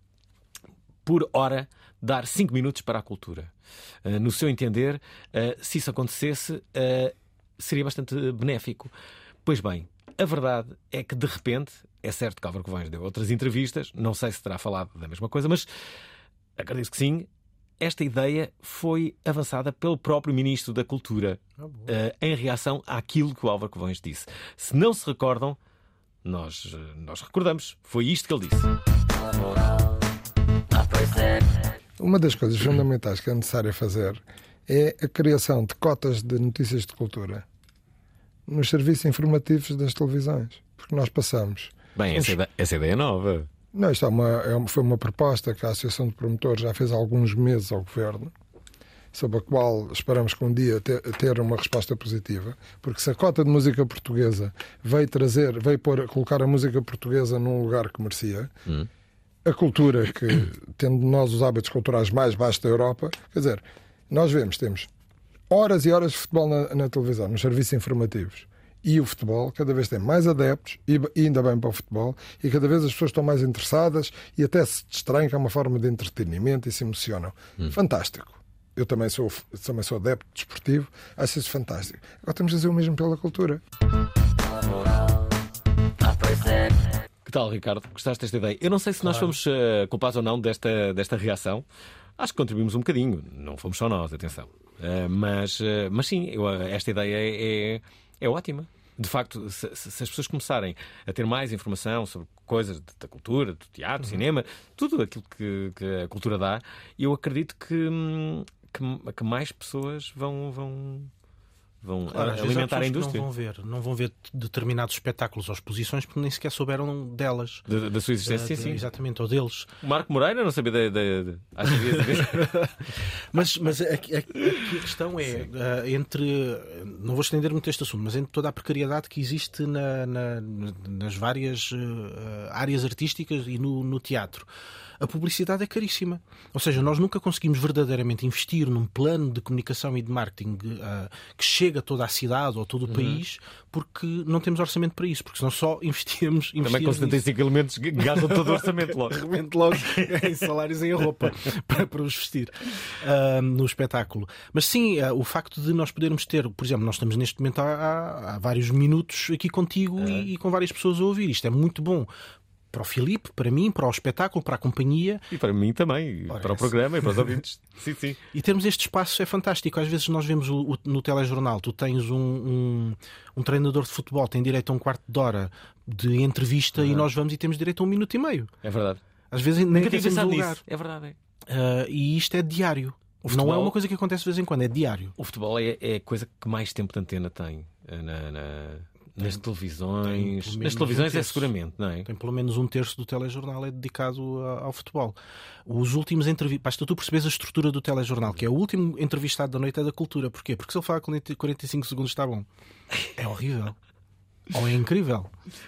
por hora, dar cinco minutos para a cultura. Uh, no seu entender, uh, se isso acontecesse, uh, seria bastante benéfico. Pois bem, a verdade é que, de repente, é certo que Álvaro Covões deu outras entrevistas, não sei se terá falado da mesma coisa, mas acredito que sim. Esta ideia foi avançada pelo próprio Ministro da Cultura, ah, uh, em reação àquilo que o Álvaro Covões disse. Se não se recordam, nós, uh, nós recordamos. Foi isto que ele disse. Uma das coisas fundamentais que é necessário fazer é a criação de cotas de notícias de cultura nos serviços informativos das televisões. Porque nós passamos... Bem, essa, ideia, essa ideia é nova. Não, isto é uma, é uma, foi uma proposta que a Associação de Promotores já fez há alguns meses ao Governo, sobre a qual esperamos que um dia ter, ter uma resposta positiva, porque se a cota de música portuguesa veio trazer, veio pôr, colocar a música portuguesa num lugar que merecia, hum. a cultura, que tendo nós os hábitos culturais mais baixos da Europa, quer dizer, nós vemos, temos horas e horas de futebol na, na televisão, nos serviços informativos. E o futebol cada vez tem mais adeptos, e ainda bem para o futebol, e cada vez as pessoas estão mais interessadas e até se distraem, que é uma forma de entretenimento e se emocionam. Hum. Fantástico. Eu também sou, também sou adepto desportivo, acho isso fantástico. Agora temos de fazer o mesmo pela cultura. Que tal, Ricardo? Gostaste desta ideia? Eu não sei se claro. nós fomos uh, culpados ou não desta, desta reação. Acho que contribuímos um bocadinho. Não fomos só nós, atenção. Uh, mas, uh, mas sim, eu, esta ideia é... é... É ótima. De facto, se, se as pessoas começarem a ter mais informação sobre coisas da cultura, do teatro, do uhum. cinema, tudo aquilo que, que a cultura dá, eu acredito que, que, que mais pessoas vão... vão... vão claro, alimentar a indústria. Não vão ver, não vão ver determinados espetáculos ou exposições porque nem sequer souberam delas. Da, da sua existência, da, sim, sim. Exatamente, ou deles. O Marco Moreira não sabia da... da, da... Acho que sabia. Mas, mas aqui, aqui a questão é, uh, entre... Não vou estender muito este assunto, mas entre toda a precariedade que existe na, na, nas várias uh, áreas artísticas e no, no teatro. A publicidade é caríssima. Ou seja, nós nunca conseguimos verdadeiramente investir num plano de comunicação e de marketing uh, que chegue a toda a cidade ou todo o uhum. país, porque não temos orçamento para isso, porque senão só investíamos... Também com setenta e cinco elementos gastam todo o orçamento logo. Orçamento logo em salários e em roupa para, para os vestir uh, no espetáculo. Mas sim, uh, o facto de nós podermos ter, por exemplo, nós estamos neste momento há, há vários minutos aqui contigo uhum. e, e com várias pessoas a ouvir. Isto é muito bom. Para o Filipe, para mim, para o espetáculo, para a companhia. E para mim também, Ora, para o programa e para os ouvintes. Sim, sim. E termos este espaço é fantástico. Às vezes nós vemos o, o, no telejornal, tu tens um, um, um treinador de futebol, tem direito a um quarto de hora de entrevista uhum. e nós vamos e temos direito a um minuto e meio. É verdade. Às vezes nem temos um lugar. É verdade. É. Uh, e isto é diário. Futebol, não é uma coisa que acontece de vez em quando, é diário. O futebol é, é a coisa que mais tempo de antena tem na... na... Nas televisões, nas televisões um é seguramente, não é? Tem pelo menos um terço do telejornal é dedicado ao futebol. Os últimos entrevistas, basta tu perceberes a estrutura do telejornal, que é o último entrevistado da noite é da cultura. Porquê? Porque se ele fala quarenta e cinco segundos está bom. É horrível. Ou é incrível.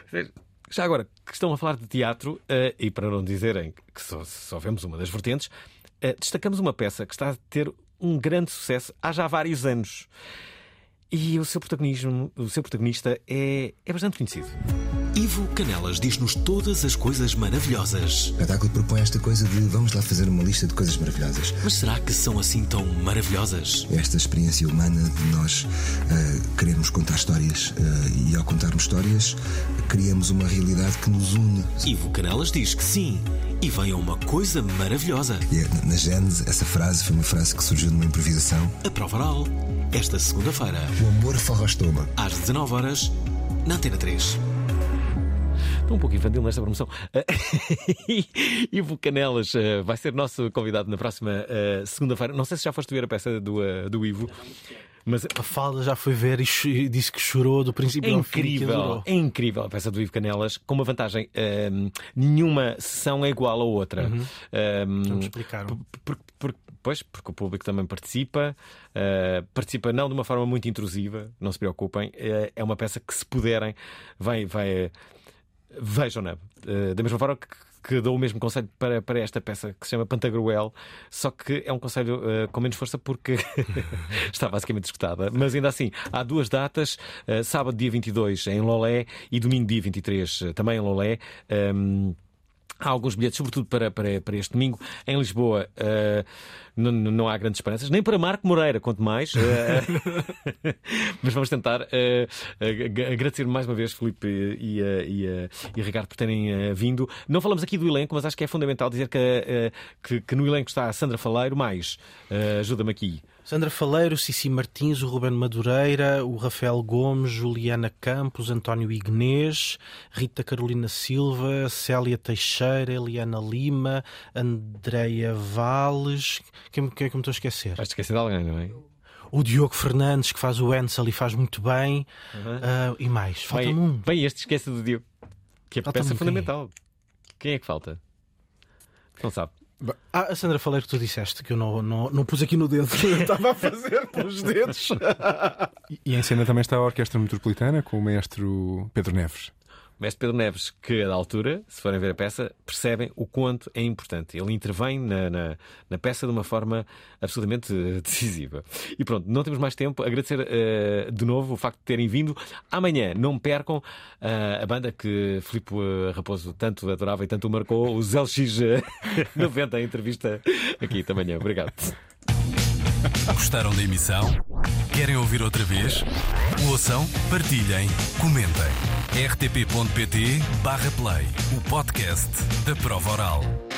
Já agora, que estão a falar de teatro, uh, e para não dizerem que só, só vemos uma das vertentes, uh, destacamos uma peça que está a ter um grande sucesso há já vários anos. E o seu protagonismo, o seu protagonista é, é bastante conhecido. Ivo Canelas diz-nos todas as coisas maravilhosas. O espetáculo propõe esta coisa de vamos lá fazer uma lista de coisas maravilhosas. Mas será que são assim tão maravilhosas? Esta experiência humana de nós uh, querermos contar histórias uh, e ao contarmos histórias criamos uma realidade que nos une. Ivo Canelas diz que sim. E vem a uma coisa maravilhosa. E, na Gênese, essa frase foi uma frase que surgiu numa improvisação. A prova oral, esta segunda-feira. O amor forra o estômago. Às dezanove horas, na Antena três. Estou um pouco infantil nesta promoção. Ivo Canelas uh, vai ser nosso convidado na próxima uh, segunda-feira. Não sei se já foste ver a peça do, uh, do Ivo. Mas a Falda já foi ver e disse que chorou do princípio é ao fim. Incrível, é incrível a peça do Ivo Canelas, com uma vantagem. Um, nenhuma sessão é igual a outra. Uhum. Um, Não me explicaram. Por, por, por, pois, porque o público também participa. Uh, participa não de uma forma muito intrusiva, não se preocupem. Uh, é uma peça que, se puderem, vai, vai, uh, vejam-na. Uh, da mesma forma que. que dou o mesmo conselho para, para esta peça que se chama Pantagruel, só que é um conselho uh, com menos força porque está basicamente esgotada. Mas ainda assim, há duas datas, uh, sábado dia vinte e dois em Lolé e domingo dia vinte e três uh, também em Lolé. Um, Há alguns bilhetes, sobretudo para, para, para este domingo. Em Lisboa uh, não, não há grandes esperanças, nem para Marco Moreira, quanto mais. Uh, mas vamos tentar. Uh, agradecer mais uma vez, Filipe e, e, e, e Ricardo, por terem uh, vindo. Não falamos aqui do elenco, mas acho que é fundamental dizer que, uh, que, que no elenco está a Sandra Faleiro, mais, uh, ajuda-me aqui. Sandra Faleiro, Cici Martins, o Ruben Madureira, o Rafael Gomes, Juliana Campos, António Ignês, Rita Carolina Silva, Célia Teixeira, Eliana Lima, Andreia Valles. Quem, quem é que me estou a esquecer? Vais esquecer de alguém, não é? O Diogo Fernandes, que faz o Ansel e faz muito bem. Uhum. Uh, e mais, falta-me bem, um. Bem, este esquece do Diogo, que é a peça fundamental. Quem é que falta? Não sabe. Ah, a Sandra Faleiro que tu disseste, que eu não, não, não pus aqui no dedo, que eu estava a fazer pelos dedos. E, e em cena também está a Orquestra Metropolitana com o maestro Pedro Neves. O mestre Pedro Neves, que da altura, se forem ver a peça, percebem o quanto é importante. Ele intervém na, na, na peça de uma forma absolutamente decisiva. E pronto, não temos mais tempo. Agradecer uh, de novo o facto de terem vindo. Amanhã, não percam uh, a banda que Filipe Raposo tanto adorava e tanto o marcou, os L X noventa, a entrevista aqui também. Obrigado. Gostaram da emissão? Querem ouvir outra vez? Ouçam, partilhem, comentem. r t p ponto p t barra play, o podcast da Prova Oral.